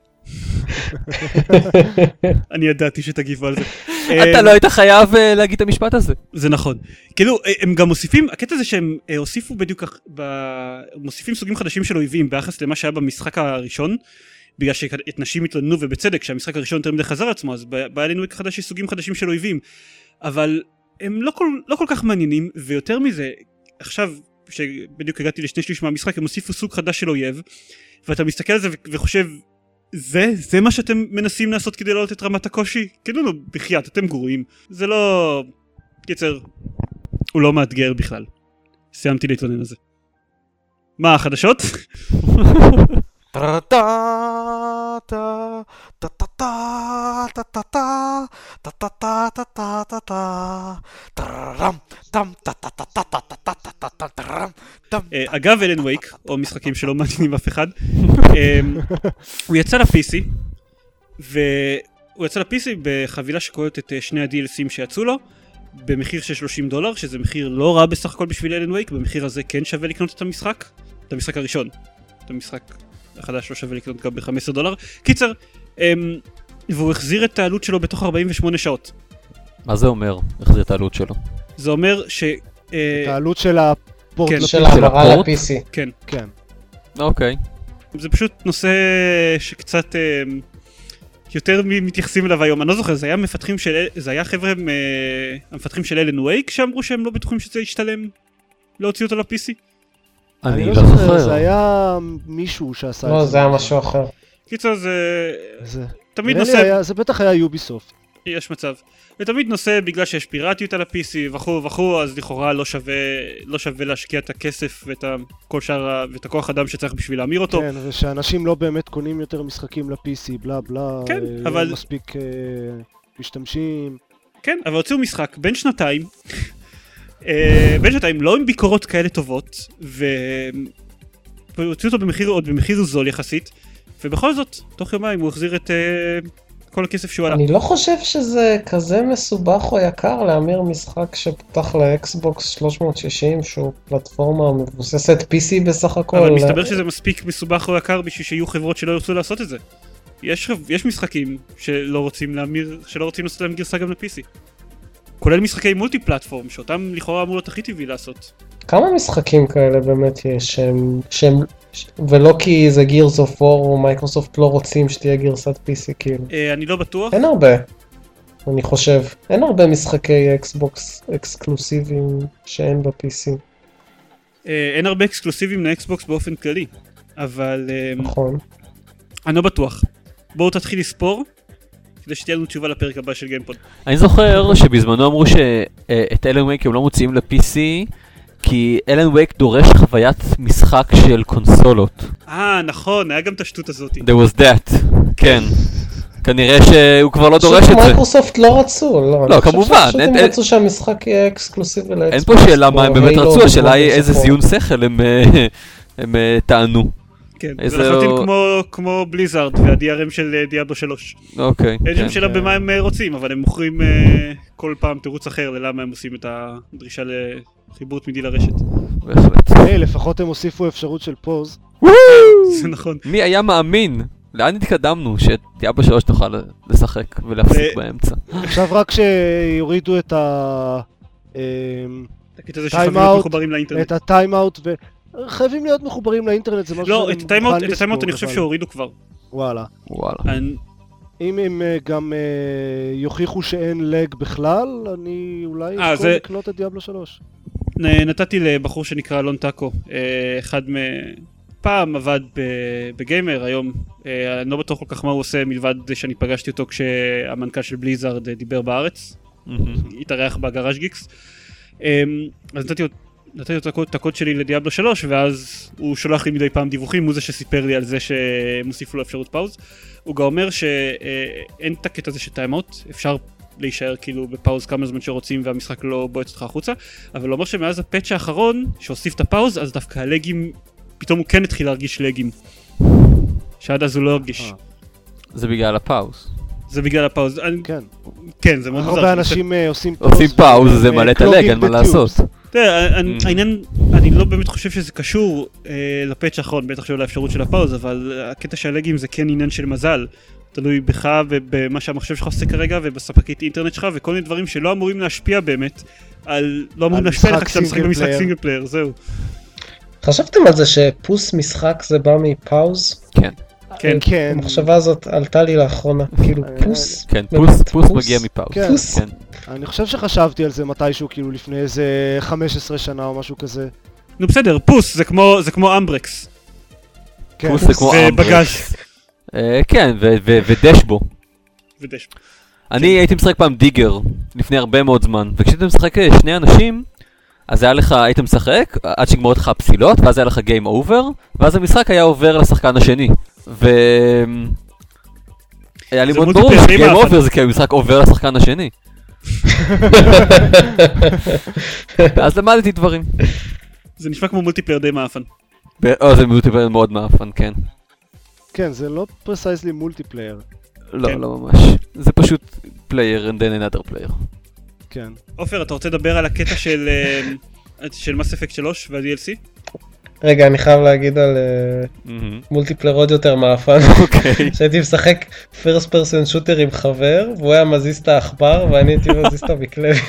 אני ידעתי שתגיבו על זה. אתה לא היית חייב להגיד את המשפט הזה. זה נכון. כאילו, הם גם מוסיפים, הקטע הזה שהם הוסיפו בדיוק, מוסיפים סוגים חדשים של אויבים ביחס למה שהיה במשחק הראשון, בגלל שאת נשים התלוננו ובצדק, שהמשחק הראשון יותר מדי חזר עצמו, אז בא לנו חדש סוגים חדשים של אויבים. אבל הם לא כל, לא כל כך מעניינים, ויותר מזה, עכשיו, שבדיוק הגעתי לשני שליש מהמשחק, הם הוסיפו סוג חדש של אויב, ואתה מסתכל על זה וחושב, זה, זה מה שאתם מנסים לעשות כדי להעלות את רמת הקושי? כאילו לא, בחייאת, אתם גרועים. זה לא... קיצר, הוא לא מאתגר בכלל. סיימתי להתלונן על זה. מה, החדשות? אגב אלן וייק, או משחקים שלא מעניינים אף אחד, הוא יצא ל-פי סי, והוא יצא ל-פי סי בחבילה שכוללת את שני ה-די אל סי שיצאו לו, במחיר של שלושים דולר, שזה מחיר לא רע בסך הכל בשביל אלן וייק, במחיר הזה כן שווה לקנות את המשחק, את המשחק הראשון, את המשחק החדש לא שווה לקנות גם ב-חמישה עשר דולר. קיצר, והוא החזיר את העלות שלו בתוך ארבעים ושמונה שעות. מה זה אומר, החזיר את העלות שלו? זה אומר ש... את העלות של הפורט של העברה ל-פי סי. כן. כן. אוקיי. זה פשוט נושא שקצת יותר מתייחסים אליו היום. אני לא זוכר, זה היה מפתחים של... זה היה חבר'ה המפתחים של אלן וייק שאמרו שהם לא בטוחים שזה ישתלם להוציא אותו ל-פי סי. אני לא זוכר, זה היה מישהו שעשה את זה. לא, זה היה משהו אחר. קיצור, זה... זה... תמיד נושא... זה בטח היה יוביסופט. יש מצב. ותמיד נושא בגלל שיש פיראטיות על ה-פי סי וכו' וכו', אז לכאורה לא שווה, לא שווה להשקיע את הכסף ואת כל שאר, ואת הכוח אדם שצריך בשביל להמיר אותו. כן, ושאנשים לא באמת קונים יותר משחקים ל-פי סי, בלה בלה, כן, אבל... מספיק uh, משתמשים. כן, אבל הוציאו משחק בין שנתיים, בין שנתיים לא עם ביקורות כאלה טובות, הוציאו אותו במחיר עוד במחיר זול יחסית, ובכל זאת, תוך יומיים הוא החזיר את uh, כל הכסף שהוא עלה. אני לא חושב שזה כזה מסובך או יקר להמיר משחק שפותח לאקסבוקס שלוש מאות שישים, שהוא פלטפורמה מבוססת פי סי בסך הכל. אבל מסתבר שזה מספיק מסובך או יקר בשביל שיהיו חברות שלא ירצו לעשות את זה. יש, יש משחקים שלא רוצים להמיר, שלא רוצים לעשות להם גרסה גם ל-פי סי. כולל משחקי מולטי פלטפורם, שאותם לכאורה אמור להיות הכי טבעי לעשות. כמה משחקים כאלה באמת יש שהם, שהם, ולא כי זה Gears of War או מייקרוסופט לא רוצים שתהיה גרסת פי סי כאילו? אה, אני לא בטוח. אין הרבה, אני חושב. אין הרבה משחקי אקסבוקס אקסקלוסיביים שאין ב-פי סי. אה, אין הרבה אקסקלוסיביים לאקסבוקס באופן כללי, אבל... אה, נכון. אני לא בטוח. בואו תתחיל לספור, כדי שתהיה לנו תשובה לפרק הבא של גיימפוד. אני זוכר שבזמנו אמרו שאת אלן וייק הם לא מוציאים ל-פי סי, כי אלן וייק דורש חוויית משחק של קונסולות. אה, נכון, היה גם את השטות הזאת. There was that, כן. כנראה שהוא כבר לא דורש את זה. מייקרוסופט לא רצו, לא. לא, כמובן. פשוט הם רצו שהמשחק יהיה אקסקלוסיבי לאקסבוקס. אין פה שאלה מה הם באמת רצו, השאלה היא איזה זיון שכל הם טענו. כן, זה לחלוטין כמו בליזארד וה-די אר אם של דיאבלו שלוש. אוקיי. אין שם שאלה במה הם רוצים, אבל הם מוכרים כל פעם תירוץ אחר ללמה הם עושים את הדרישה לחיבור תמידי לרשת. בהחלט. היי, לפחות הם הוסיפו אפשרות של פוז. זה נכון. מי היה מאמין? לאן התקדמנו שדיאבלו שלוש תוכל לשחק ולהפסיק באמצע? עכשיו רק שיורידו את ה... הקטע הזה שחייבים להיות מחוברים לאינטרנט. את הטיימאוט ו... חייבים להיות מחוברים לאינטרנט, זה משהו לא, את הטיימאוט אני חושב שהורידו כבר. וואלה. וואלה. אם הם גם יוכיחו שאין לג בכלל, אני אולי אזכור לקנות את דיאבלו שלוש. נתתי לבחור שנקרא אלון טאקו, אחד מפעם עבד בגיימר, היום אני לא בטוח כל כך מה הוא עושה, מלבד שאני פגשתי אותו כשהמנכ"ל של בליזארד דיבר בארץ, התארח בגראז' גיקס, אז נתתי אותו, נתתי לו את הקוד שלי לדיאבלו שלוש, ואז הוא שולח לי מדי פעם דיווחים, הוא זה שסיפר לי על זה שמוסיפו לו אפשרות פאוז. הוא גם אומר שאין את הקטע הזה של טיימאוט, אפשר להישאר כאילו בפאוז כמה זמן שרוצים והמשחק לא בועט אותך החוצה, אבל הוא אומר שמאז הפאץ' האחרון שהוסיף את הפאוז, אז דווקא הלגים, פתאום הוא כן התחיל להרגיש לגים. שעד אז הוא לא הרגיש. זה בגלל הפאוז. זה בגלל הפאוז. כן. כן, זה מאוד מוזר. הרבה אנשים עושים פאוז. עושים פאוז, זה מלא את הלג, אין מה לעשות. תראה, העניין, אני לא באמת חושב שזה קשור לפאץ' האחרון, בטח שלא לאפשרות של הפאוז, אבל הקטע של הלגים זה כן עניין של מזל. תלוי בך ובמה שהמחשב שלך עושה כרגע ובספקית אינטרנט שלך וכל מיני דברים שלא אמורים להשפיע באמת, לא אמורים להשפיע לך כשאתה משחק במשחק סינגל פלייר, זהו. חשבתם על זה שפוס משחק זה בא מפאוז? כן. כן. כן. המחשבה הזאת עלתה לי לאחרונה, כאילו פוס. כן, פוס, פוס מגיע מפאוז. פוס. אני חושב שחשבתי על זה מתישהו, כאילו לפני איזה חמש עשרה שנה או משהו כזה. נו בסדר, פוס זה כמו, זה כמו אמברקס. פוס זה כמו אמברקס. כן, ודשבו. ודשבו. אני הייתי משחק פעם דיגר, לפני הרבה מאוד זמן, וכשאתה משחק שני אנשים, אז היה לך, היית משחק, עד שגמור אותך הפסילות, ואז היה לך גיים אובר, ואז המשחק היה עובר לשחקן השני. ו... היה לי מאוד ברור שגיים אובר זה כאילו משחק עובר לשחקן השני. ואז למדתי דברים. זה נשמע כמו מולטיפלייר די מאפן. או, זה מולטיפלייר מאוד מאפן, כן. כן, זה לא פרסייזלי מולטיפלייר. לא, לא ממש. זה פשוט player and then another player. כן. אופר, אתה רוצה לדבר על הקטע של של Mass Effect שלוש וה-די אל סי? רגע, אני חייב להגיד על מולטיפלייר עוד יותר מאפן. שהייתי משחק פרסט פרסון שוטר עם חבר, והוא היה מזיז את העכבר, ואני הייתי מזיז את המקלדת.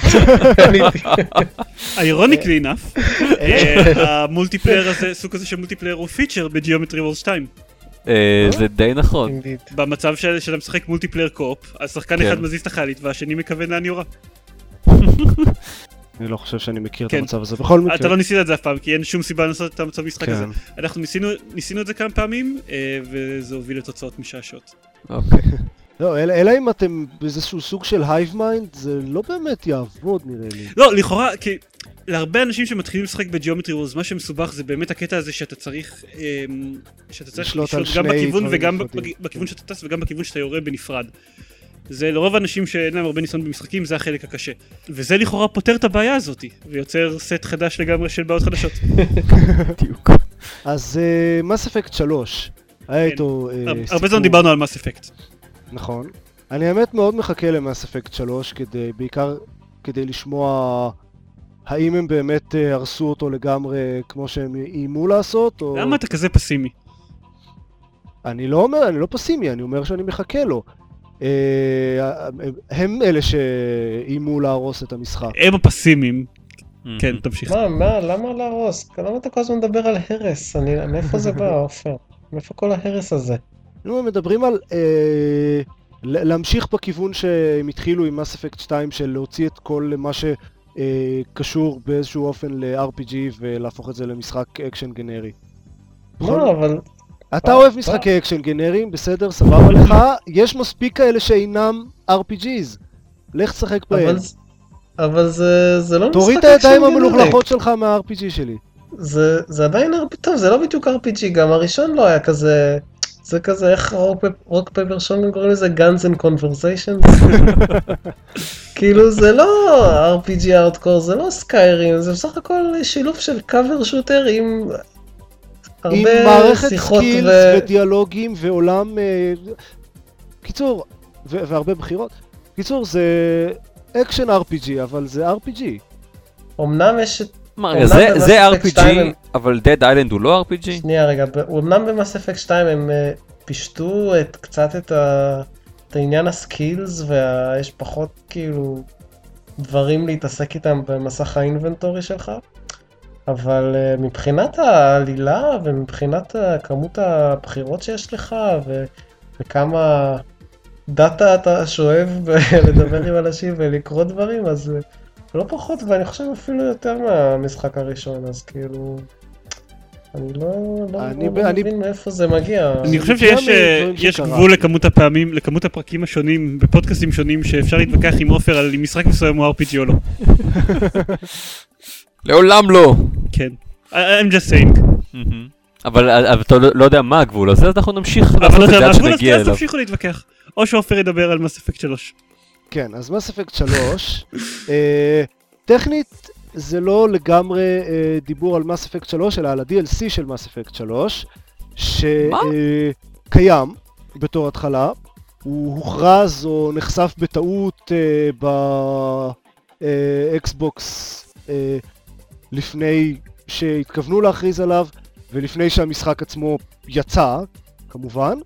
אירוניקלי enough, המולטיפלייר הזה, סוג הזה של מולטיפלייר הוא פיצ'ר בג'יאומטרי וורס שתיים. זה די נכון. במצב שאתה משחק מולטיפלייר קופ, אז שחקן אחד מזיז את החללית והשני מכוון לאן יורה. אני לא חושב שאני מכיר את המצב הזה בכל מקרה. אתה לא ניסית את זה אף פעם, כי אין שום סיבה לעשות את המצב משחק הזה. אנחנו ניסינו את זה כמה פעמים, וזה הוביל לתוצאות משעשות. אוקיי. לא, אלא אם אתם באיזשהו סוג של הייב מיינד, זה לא באמת יעבוד נראה לי. לא, לכאורה, כי להרבה אנשים שמתחילים לשחק בג'יאומטרי וורס, מה שמסובך זה באמת הקטע הזה שאתה צריך שאתה צריך לשלוט גם בכיוון וגם בכיוון שאתה טס וגם בכיוון שאתה יורה בנפרד. זה לרוב האנשים שאין להם הרבה ניסיון במשחקים, זה החלק הקשה. וזה לכאורה פותר את הבעיה הזאת, ויוצר סט חדש לגמרי של בעיות חדשות. דיוק. אז מס אפקט שלוש, היה איתו הרבה זמן דיברנו על מס אפקט. נכון. אני האמת מאוד מחכה למס אפקט שלוש, בעיקר כדי לשמוע האם הם באמת הרסו אותו לגמרי כמו שהם איימו לעשות, או... למה אתה כזה פסימי? אני לא אומר, אני לא פסימי, אני אומר שאני מחכה לו. הם אלה שאיימו להרוס את המשחק. הם הפסימיים. כן, תמשיך. מה, מה, למה להרוס? למה אתה כל הזמן מדבר על הרס? מאיפה זה בא, עופר? מאיפה כל ההרס הזה? נו, הם מדברים על להמשיך בכיוון שהם התחילו עם Mass Effect שתיים, של להוציא את כל מה שקשור באיזשהו אופן ל-אר פי ג'י ולהפוך את זה למשחק אקשן גנרי. לא, אבל... אתה אוהב משחקי אקשן גנריים, בסדר, סבבה לך, יש מספיק כאלה שאינם אר פי ג'יז. לך תשחק בהם. אבל זה, זה לא משחק תוריד את הידיים המלוכלכות שלך מה-אר פי ג'י שלי. זה, זה עדיין אר פי ג'י, טוב, זה לא בדיוק אר פי ג'י, גם הראשון לא היה כזה, זה כזה, איך רוק פייפר שונגן קוראים לזה? Guns and Conversations? כאילו זה לא אר פי ג'י הארדקור, זה לא סקיירים, זה בסך הכל שילוב של קאבר שוטר עם הרבה שיחות ו... עם מערכת סקילס ודיאלוגים ועולם, קיצור, והרבה בחירות. קיצור, זה... אקשן אר פי ג'י, אבל זה אר פי ג'י. אמנם יש... זה אר פי ג'י, אבל Dead Island הוא לא אר פי ג'י? שנייה רגע, אמנם במס אפקט שתיים הם פשטו קצת את העניין הסקילס, ויש פחות כאילו דברים להתעסק איתם במסך האינבנטורי שלך, אבל מבחינת העלילה ומבחינת כמות הבחירות שיש לך, וכמה... דאטה אתה שואב לדבר עם אנשים ולקרוא דברים, אז לא פחות, ואני חושב אפילו יותר מהמשחק הראשון, אז כאילו... אני לא, לא, אני, לא אני, מבין מאיפה זה מגיע. אני חושב שיש גבול לכמות הפעמים, לכמות הפרקים השונים, בפודקאסטים שונים, שאפשר להתווכח עם אופר על אם משחק מסוים הוא אר פי ג'י או לא. לעולם לא. כן. I'm just saying. אבל אתה לא יודע מה הגבול, אז אנחנו נמשיך לעשות את זה עד שנגיע אליו. אז תמשיכו להתווכח. או שאופר ידבר על Mass Effect שלוש. כן, אז Mass Effect שלוש, טכנית זה לא לגמרי דיבור על Mass Effect שלוש, אלא על ה-די אל סי של Mass Effect שלוש, שקיים בתור התחלה, הוא הוכרז או נחשף בטעות באקסבוקס לפני שהתכוונו להכריז עליו, ולפני שהמשחק עצמו יצא, כמובן.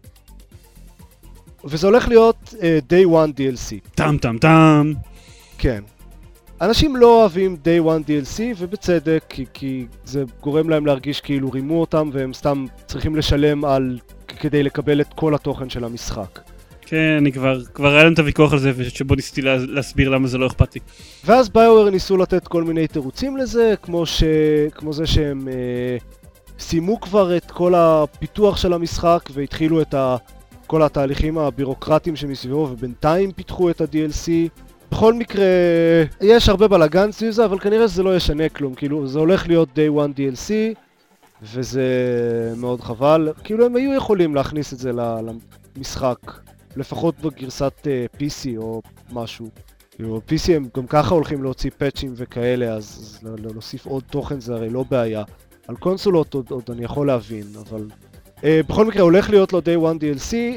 וזה הולך להיות uh, Day one די אל סי. טם טם טם. כן. אנשים לא אוהבים Day one די אל סי, ובצדק, כי, כי זה גורם להם להרגיש כאילו רימו אותם, והם סתם צריכים לשלם על, כדי לקבל את כל התוכן של המשחק. כן, אני כבר, כבר היה לנו את הוויכוח על זה, שבו ניסיתי לה, להסביר למה זה לא אכפת לי. ואז ביואר ניסו לתת כל מיני תירוצים לזה, כמו, ש, כמו זה שהם uh, סיימו כבר את כל הפיתוח של המשחק, והתחילו את ה... כל התהליכים הבירוקרטיים שמסביבו, ובינתיים פיתחו את ה-די אל סי. בכל מקרה, יש הרבה בלגן סביב זה, אבל כנראה שזה לא ישנה כלום. כאילו, זה הולך להיות Day one די אל סי, וזה מאוד חבל. כאילו, הם היו יכולים להכניס את זה למשחק, לפחות בגרסת פי סי או משהו. כאילו, פי סי הם גם ככה הולכים להוציא פאצ'ים וכאלה, אז להוסיף עוד תוכן זה הרי לא בעיה. על קונסולות עוד, עוד אני יכול להבין, אבל... Uh, בכל מקרה הולך להיות לו Day one די אל סי,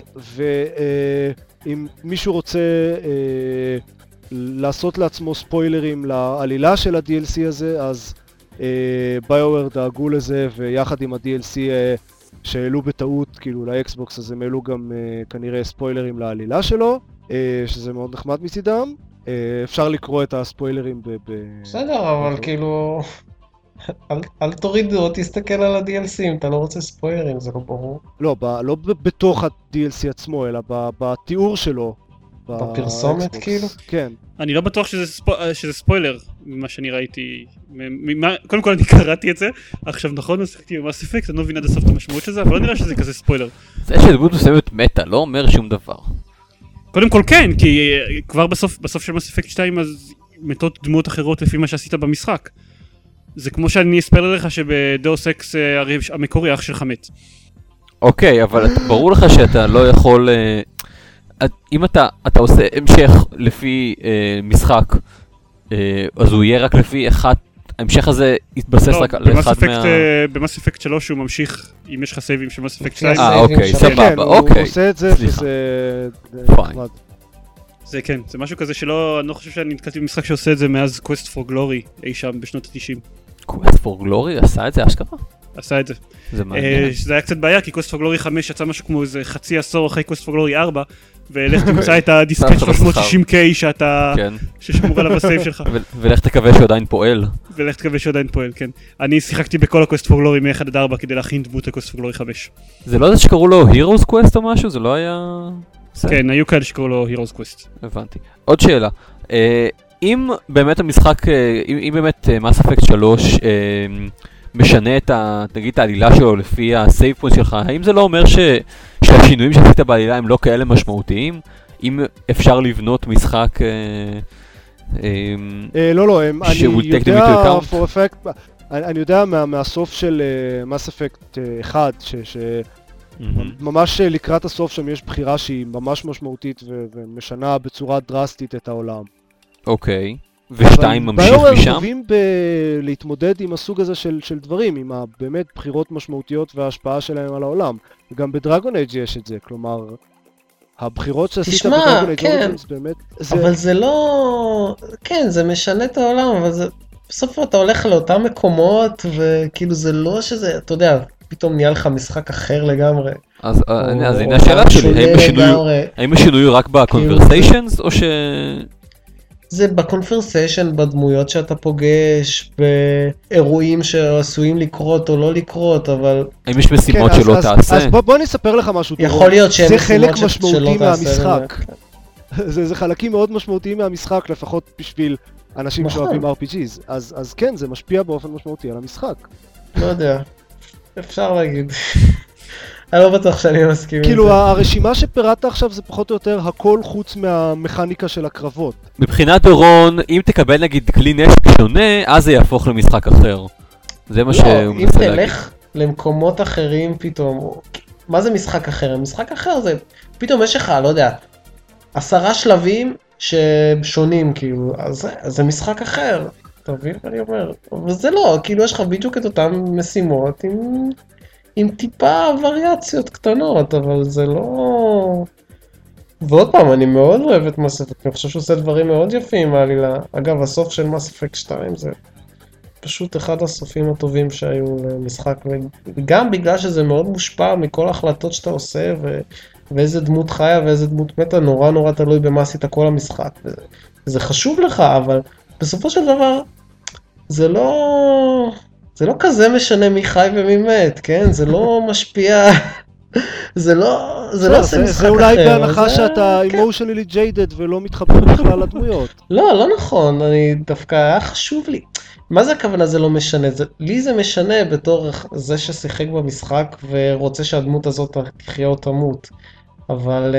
ואם uh, מישהו רוצה uh, לעשות לעצמו ספוילרים לעלילה של ה-די אל סי הזה, אז ביואר uh, דאגו לזה, ויחד עם ה-די אל סי uh, שהעלו בטעות, כאילו לאקסבוקס, אז הם העלו גם uh, כנראה ספוילרים לעלילה שלו, uh, שזה מאוד נחמד מצידם. Uh, אפשר לקרוא את הספוילרים ב... בסדר, אבל כאילו... אל, אל תורידו, תסתכל על ה-די אל סי, אם אתה לא רוצה ספוילרים, זה לא ברור. לא, ב, לא ב, בתוך ה-די אל סי עצמו, אלא ב, בתיאור שלו. בפרסומת כאילו? כן. אני לא בטוח שזה, ספו, שזה ספוילר, ממה שאני ראיתי. ממה, קודם כל אני קראתי את זה, עכשיו נכון, עשיתי במאס אפקט, אני לא מבין עד הסוף את המשמעות של זה, אבל לא נראה שזה כזה ספוילר. זה שדמות מסוימת מתה, לא אומר שום דבר. קודם כל כן, כי כבר בסוף, בסוף של מאס אפקט שתיים, אז מתות דמות אחרות לפי מה שעשית במשחק. זה כמו שאני אספר לך שבדאוס אקס המקורי אח שלך מת. אוקיי, אבל ברור לך שאתה לא יכול... אם אתה, אתה עושה המשך לפי משחק, אז הוא יהיה רק לפי אחת, ההמשך הזה התבסס רק על אחד מה... במס אפקט שלוש הוא ממשיך, אם יש לך סייבים של מס אפקט שתיים. אה, אוקיי, סבבה, אוקיי. הוא עושה את זה, וזה... פיין. זה כן, זה משהו כזה שלא, אני לא חושב שאני נתקלתי במשחק שעושה את זה מאז Quest for Glory, אי שם בשנות ה-תשעים. Quest for Glory עשה את זה אשכרה? עשה את זה. זה מעניין. זה היה קצת בעיה, כי Quest for Glory חמש יצא משהו כמו איזה חצי עשור אחרי Quest for Glory ארבע, ולך תמצא את הדיסקט שלוש מאות שישים קיי שאתה, ששמור עליו הסייב שלך. ולך תקווה שהוא עדיין פועל. ולך תקווה שהוא עדיין פועל, כן. אני שיחקתי בכל ה-Quest for Glory מ-אחד עד ארבע כדי להכין דמות ה-Quest for Glory חמש. זה לא זה שקראו לו Heroes Quest או משהו? זה לא היה... כן, היו כאלה שקראו לו Heroes Quest. הבנתי. עוד שאלה. אם באמת המשחק, אם באמת Mass Effect שלוש משנה את ה... נגיד את העלילה שלו לפי הסייב פוינט שלך, האם זה לא אומר ש... שהשינויים שעשית בעלילה הם לא כאלה משמעותיים? אם אפשר לבנות משחק... לא, לא, אני יודע for effect, אני יודע מהסוף של Mass Effect אחד, שממש לקראת הסוף שם יש בחירה שהיא ממש משמעותית ומשנה בצורה דרסטית את העולם. אוקיי. ושתיים ממשיך משם? ביואר טובים להתמודד עם הסוג הזה של, של דברים, עם באמת בחירות משמעותיות וההשפעה שלהם על העולם. וגם בדרגון אייג' יש את זה, כלומר, הבחירות שעשית בדרגון אייג' כן, באמת... זה... אבל זה לא... כן, זה משנה את העולם, אבל זה... בסוף אתה הולך לאותם מקומות, וכאילו זה לא שזה, אתה יודע, פתאום נהיה לך משחק אחר לגמרי. אז הנה השאלה שלי, האם השינוי רק ב-conversations, או ש... זה בקונברסיישן, בדמויות שאתה פוגש, באירועים שעשויים לקרות או לא לקרות, אבל... האם יש משימות שלא תעשה? אז בוא נספר לך משהו. יכול להיות שהן משימות שלא תעשה. זה חלק משמעותי מהמשחק. זה חלקים מאוד משמעותיים מהמשחק, לפחות בשביל אנשים שאוהבים אר פי ג'יז. אז כן, זה משפיע באופן משמעותי על המשחק. לא יודע. אפשר להגיד. אני לא בטוח שאני מסכים עם זה. כאילו הרשימה שפירטת עכשיו זה פחות או יותר הכל חוץ מהמכניקה של הקרבות. מבחינת דורון, אם תקבל נגיד כלי נשק שונה, אז זה יהפוך למשחק אחר. זה מה שהוא מנסה להגיד. לא, אם תלך למקומות אחרים פתאום, מה זה משחק אחר? משחק אחר זה, פתאום יש לך, לא יודע, עשרה שלבים ששונים כאילו, אז זה משחק אחר. אתה מבין מה אני אומר? אבל זה לא, כאילו יש לך בדיוק את אותן משימות עם... עם טיפה וריאציות קטנות, אבל זה לא... ועוד פעם, אני מאוד אוהב את Mass Effect, אני חושב שהוא עושה דברים מאוד יפים מהעלילה. אגב, הסוף של Mass Effect שתיים זה פשוט אחד הסופים הטובים שהיו למשחק, וגם בגלל שזה מאוד מושפע מכל ההחלטות שאתה עושה, ו... ואיזה דמות חיה ואיזה דמות מתה, נורא נורא תלוי במה עשית כל המשחק. וזה... זה חשוב לך, אבל בסופו של דבר, זה לא... זה לא כזה משנה מי חי ומי מת, כן? זה לא משפיע, זה לא, זה לא עושה משחק אחר. זה אולי בהנחה שאתה emotionally jaded ולא מתחבר בכלל לדמויות. לא, לא נכון, אני דווקא, היה חשוב לי. מה זה הכוונה זה לא משנה? לי זה משנה בתור זה ששיחק במשחק ורוצה שהדמות הזאת תחיה או תמות. אבל...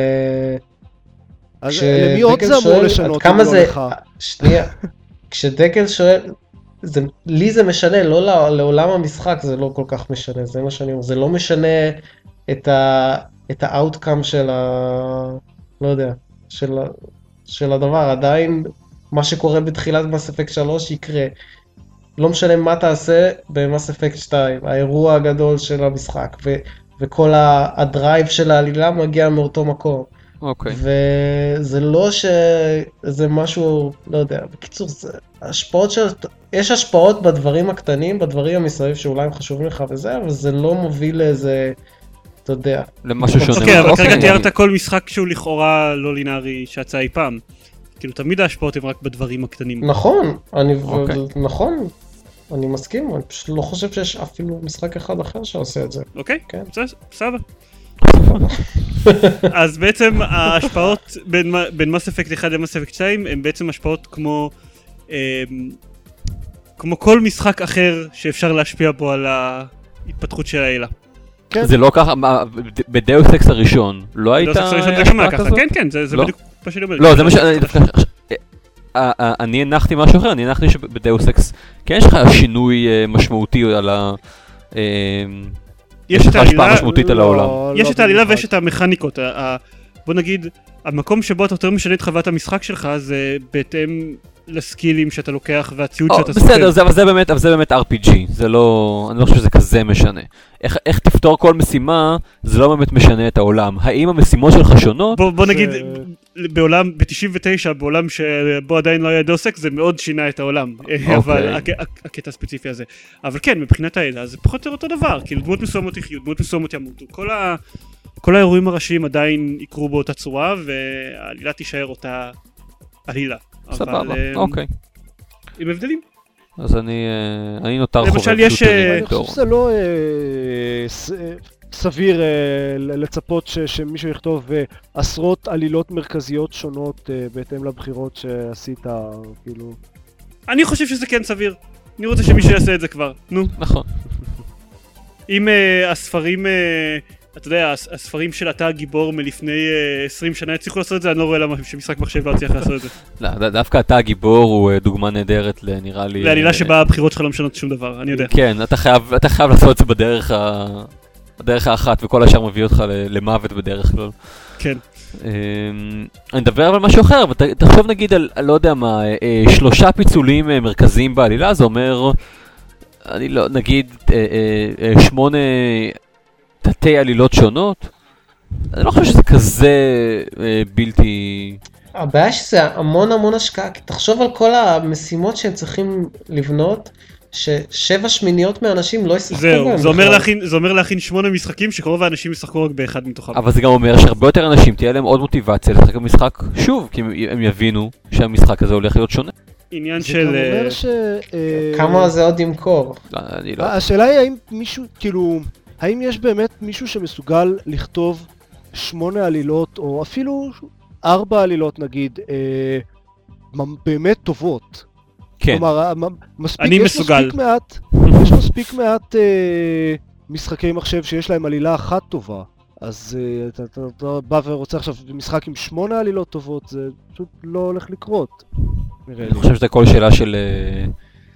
אז למי עוד זה אמור לשנות אם לא לך? שנייה, כשדקל שואל... זה, לי זה משנה, לא לעולם המשחק זה לא כל כך משנה, זה מה שאני אומר, זה לא משנה את ה, את האוטקאם של ה, לא יודע, של, של הדבר, עדיין מה שקורה בתחילת Mass Effect שלוש יקרה, לא משנה מה תעשה ב-Mass Effect שתיים, האירוע הגדול של המשחק, ו, וכל הדרייב של העלילה מגיע מאותו מקום. אוקיי. וזה לא שזה משהו, לא יודע, בקיצור, זה השפעות של, יש השפעות בדברים הקטנים, בדברים המסביב שאולי הם חשובים לך וזה, אבל זה לא מוביל לאיזה, אתה יודע. למשהו שונה. אוקיי, אבל כרגע תיארת כל משחק שהוא לכאורה לא לינארי שיצא אי פעם. כאילו תמיד ההשפעות הן רק בדברים הקטנים. נכון, אני, נכון, אני מסכים, אני פשוט לא חושב שיש אפילו משחק אחד אחר שעושה את זה. אוקיי, בסדר. אז בעצם ההשפעות בין Mass Effect אחד ל-Mass Effect שתיים הן בעצם השפעות כמו כמו כל משחק אחר שאפשר להשפיע בו על ההתפתחות של העילה. זה לא ככה, בדאוס אקס הראשון לא הייתה השפעה כזאת? כן, כן, זה בדיוק מה שאני אומר. לא, זה מה שאני... אני הנחתי משהו אחר, אני הנחתי שבדאוס אקס כן יש לך שינוי משמעותי על ה... יש את העלילה, משמעותית על העולם. יש את העלילה ויש את המכניקות. בוא נגיד, המקום שבו אתה יותר משנה את חוות המשחק שלך זה בהתאם לסקילים שאתה לוקח והציוד או, שאתה בסדר, זה, אבל זה באמת, אבל זה באמת אר פי ג'י, זה לא, אני לא חושב שזה כזה משנה. איך, איך תפתור כל משימה, זה לא באמת משנה את העולם. האם המשימות שלך שונות? בוא, בוא נגיד, זה... בעולם, ב-תשעים ותשע, בעולם שבו עדיין לא היה דוסק, זה מאוד שינה את העולם. אוקיי. אבל הק, הק, הקטע הספציפי הזה. אבל כן, מבחינת האלה, זה פחות או יותר אותו דבר. כאילו, דמות מסוימות יחיו, דמות מסוימות ימותו. כל ה... כל האירועים הראשיים עדיין יקרו באותה צורה, והעלילה תישאר אותה עלילה. סבבה, אבל, אוקיי. עם הבדלים. אז אני, אני נותר חובב למשל, יש, שוטרים. אני חושב שזה לא אה, ס, אה, סביר אה, לצפות ש, שמישהו יכתוב אה, עשרות עלילות מרכזיות שונות אה, בהתאם לבחירות שעשית, כאילו... אני חושב שזה כן סביר. אני רוצה שמישהו יעשה את זה כבר. נו. נכון. אם uh, הספרים, uh, אתה יודע, הס, הספרים של אתה הגיבור מלפני uh, עשרים שנה הצליחו לעשות את זה, אני לא רואה למה שמשחק מחשב לא הצליח לעשות את זה. לא, ד- דווקא אתה הגיבור הוא uh, דוגמה נהדרת לנראה לי... לעלילה uh, שבה הבחירות שלך לא משנות שום דבר, אני יודע. כן, אתה חייב, אתה חייב לעשות את זה בדרך, ה... בדרך האחת, וכל השאר מביא אותך ל- למוות בדרך כלל. כן. אני מדבר אבל משהו אחר, אבל ת- תחשוב נגיד על, לא יודע מה, אה, שלושה פיצולים אה, מרכזיים בעלילה, זה אומר, אני לא, נגיד אה, אה, אה, שמונה תתי עלילות שונות, אני לא חושב שזה כזה אה, בלתי... הבעיה שזה המון המון השקעה, כי תחשוב על כל המשימות שהם צריכים לבנות, ששבע שמיניות מהאנשים לא ישחקו בהם. זהו, זה אומר להכין, זה אומר להכין שמונה משחקים שרוב האנשים ישחקו רק באחד מתוכם. אבל זה גם אומר שהרבה יותר אנשים תהיה להם עוד מוטיבציה לשחק במשחק שוב, כי הם, הם יבינו שהמשחק הזה הולך להיות שונה. עניין זה של... גם אומר אה, ש... כמה זה עוד ימכור? לא, אני לא... השאלה היא האם מישהו, כאילו, האם יש באמת מישהו שמסוגל לכתוב שמונה עלילות, או אפילו ארבע עלילות נגיד, אה, באמת טובות. כן. כלומר, מספיק, אני יש מסוגל. מספיק מעט, יש מספיק מעט אה, משחקי מחשב שיש להם עלילה אחת טובה. אז אה, אתה, אתה, אתה בא ורוצה עכשיו משחק עם שמונה עלילות טובות, זה פשוט לא הולך לקרות. נראה אני לי. חושב שזה כל שאלה של, אה,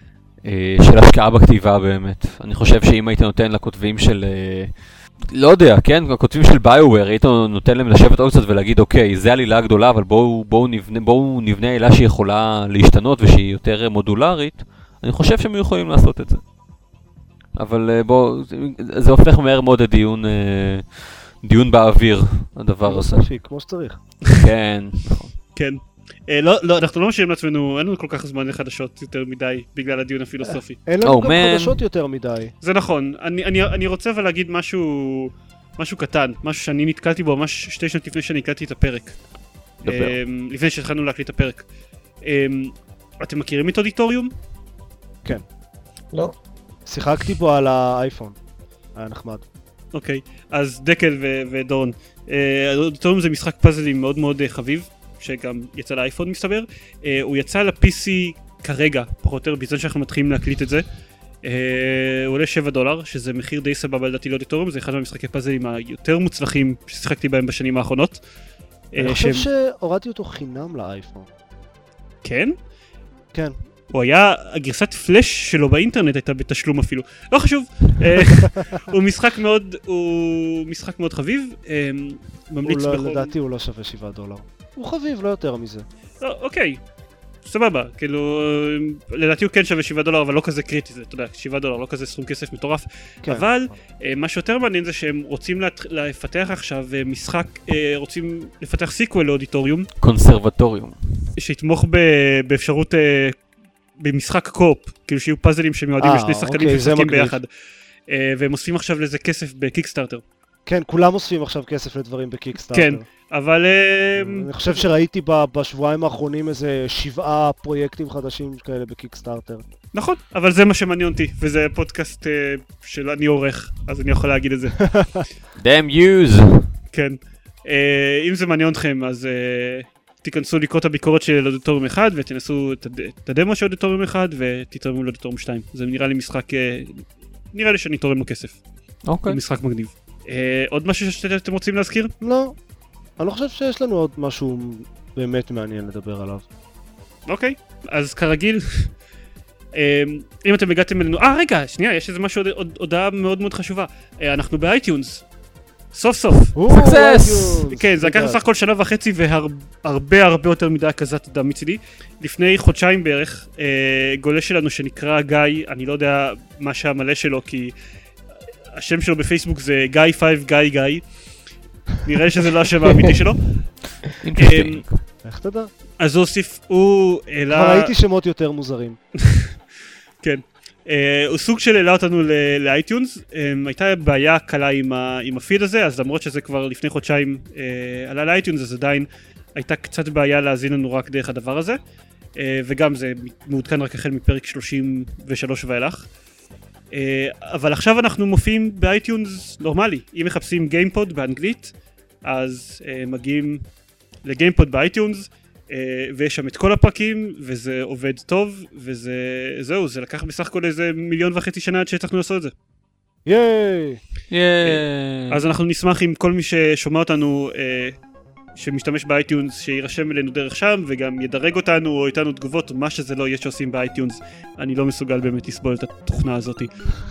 אה, של השקעה בכתיבה באמת. אני חושב שאם היית נותן לכותבים של, אה, לא יודע, כן, הכותבים של ביואר, היית נותן להם לשבת עוד קצת ולהגיד, אוקיי, זה עלילה גדולה, אבל בואו, בואו נבנה, בואו נבנה עלילה שיכולה להשתנות ושהיא יותר מודולרית, אני חושב שהם יכולים לעשות את זה. אבל אה, בואו, זה, זה הופך מהר מאוד לדיון, אה, דיון באוויר, הדבר הזה. כמו שצריך. כן, נכון. כן. אה, לא, לא, אנחנו לא משאירים לעצמנו, אין לנו כל כך זמן לחדשות יותר מדי בגלל הדיון הפילוסופי. אין לנו Oh, גם man. חדשות יותר מדי. זה נכון, אני, אני, אני רוצה אבל להגיד משהו, משהו קטן, משהו שאני נתקלתי בו ממש שתי שנות לפני שאני הקלטתי את הפרק. דבר. אמ, לפני שהתחלנו להקליט את הפרק. אמ, אתם מכירים את אודיטוריום? כן. לא. שיחקתי בו על האייפון. היה נחמד. אוקיי, אז דקל ו- ודורון. אה, אודיטוריום זה משחק פאזלים מאוד מאוד אה, חביב, שגם יצא לאייפון מסתבר. אה, הוא יצא ל-פי סי כרגע, פחות או יותר, בזמן שאנחנו מתחילים להקליט את זה. אה, הוא עולה שבעה דולר, שזה מחיר די סבבה לדעתי לאודיטוריום, זה אחד מהמשחקי פאזלים היותר מוצלחים ששיחקתי בהם בשנים האחרונות. אה, אני חושב שהם- שהורדתי אותו חינם לאייפון. כן? כן. הוא היה, הגרסת פלאש שלו באינטרנט הייתה בתשלום אפילו. לא חשוב, אה, הוא משחק מאוד, הוא משחק מאוד חביב, אה, ממליץ הוא לא- בכל... לדעתי הוא לא שווה שבעה דולר. הוא חביב, לא יותר מזה. לא, אוקיי, סבבה, כאילו, אה, לדעתי הוא כן שווה שבעה דולר, אבל לא כזה קריטי, זה, אתה יודע, שבעה דולר, לא כזה סכום כסף מטורף. כן. אבל אה, מה שיותר מעניין זה שהם רוצים להת- לפתח עכשיו אה, משחק, אה, רוצים לפתח סיקוול לאודיטוריום, קונסרבטוריום. שיתמוך ב- באפשרות אה, במשחק קופ, כאילו שיהיו פאזלים שמיועדים אה, לשני שחקנים אוקיי, זה שמשחקים מגניב. ביחד. אה, והם אוספים עכשיו לזה כסף בקיקסטארטר. כן, כולם אוספים עכשיו כסף לדברים בקיקסטארטר. כן, אבל אה, אני חושב שראיתי ב- בשבועיים האחרונים איזה שבעה פרויקטים חדשים כאלה בקיקסטארטר. נכון, אבל זה מה שמעניין אותי, וזה פודקאסט אה, של אני עורך, אז אני יכול להגיד את זה. damn yous. כן. אה, אם זה מעניין אתכם, אז אה, תיכנסו לקרוא את הביקורת של אודיטוריום אחד, ותנסו את הד- את הדמו של אודיטוריום אחד, ותתרמו לאודיטוריום שתיים. זה נראה לי משחק, אה, נראה לי שאני תורם לו כסף. אוקיי. הוא משחק מגניב. אה, עוד משהו שאתם רוצים להזכיר? לא, אני לא חושב שיש לנו עוד משהו באמת מעניין לדבר עליו. אוקיי, אז כרגיל, אה, אם אתם הגעתם אלינו, אה רגע, שנייה, יש איזה משהו, עוד- עוד- הודעה מאוד מאוד חשובה. אה, אנחנו באייטיונס. סוף סוף. סקסס! כן, זה לקח בסך הכל שנה וחצי והרבה הרבה יותר מדי כזאת דם מצידי. לפני חודשיים בערך, גולה שלנו שנקרא גיא, אני לא יודע מה שהמלא שלו, כי השם שלו בפייסבוק זה גיא פייב גיא גיא. נראה לי שזה לא השם האמיתי שלו. איך תדע? אז הוא הוסיף, הוא העלה... כבר ראיתי שמות יותר מוזרים. כן. הוא סוג של העלה אותנו לאייטיונס. הייתה בעיה קלה עם הפיד הזה, אז למרות שזה כבר לפני חודשיים עלה לאייטיונס, אז עדיין הייתה קצת בעיה להזין לנו רק דרך הדבר הזה. וגם זה מעודכן רק החל מפרק שלושים ושלוש ואילך. אבל עכשיו אנחנו מופיעים באייטיונס נורמלי. אם מחפשים גיימפוד באנגלית, אז מגיעים לגיימפוד באייטיונס, ויש שם את כל הפרקים, וזה עובד טוב, וזה, זהו, זה לקח בסך הכל איזה מיליון וחצי שנה עד שהצלחנו לעשות את זה. ייי! ייי! אז אנחנו נשמח עם כל מי ששומע אותנו, שמשתמש באייטיונס, שירשם אלינו דרך שם, וגם ידרג אותנו, או איתנו תגובות, או מה שזה לא יהיה שעושים באייטיונס. אני לא מסוגל באמת לסבול את התוכנה הזאת.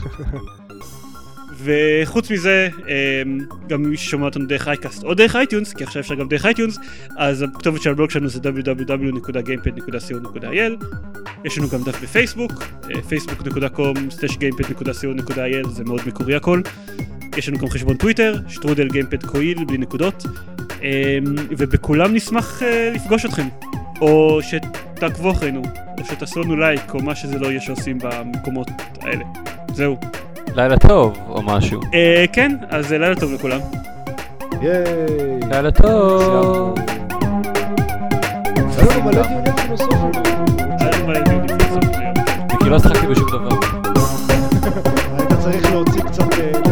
וחוץ מזה, גם מי ששומע אותנו דרך אייקאסט או דרך אייטיונס, כי עכשיו אפשר גם דרך אייטיונס, אז הכתובת של הבלוג שלנו זה דאבליו דאבליו דאבליו נקודה גיימפד נקודה סי או נקודה איי אל. יש לנו גם דף בפייסבוק, פייסבוק דוט קום סלאש גיימפד נקודה סי או נקודה איי אל, זה מאוד מקורי הכל. יש לנו גם חשבון טוויטר, שטרודל גיימפד קויל, בלי נקודות, ובכולם נשמח לפגוש אתכם, או שתעקבו אחרינו, או שתעשו לנו לייק, או מה שזה לא יהיה שעושים במקומות האלה. זהו. לילה טוב, או משהו. אה, כן, אז לילה טוב לכולם. ייי! לילה טוב! היה לנו מלא דיונים פילוסופיים. היה לנו מלא דיונים פילוסופיים. וכי לא שחקתי בשום דבר. היית צריך להוציא קצת...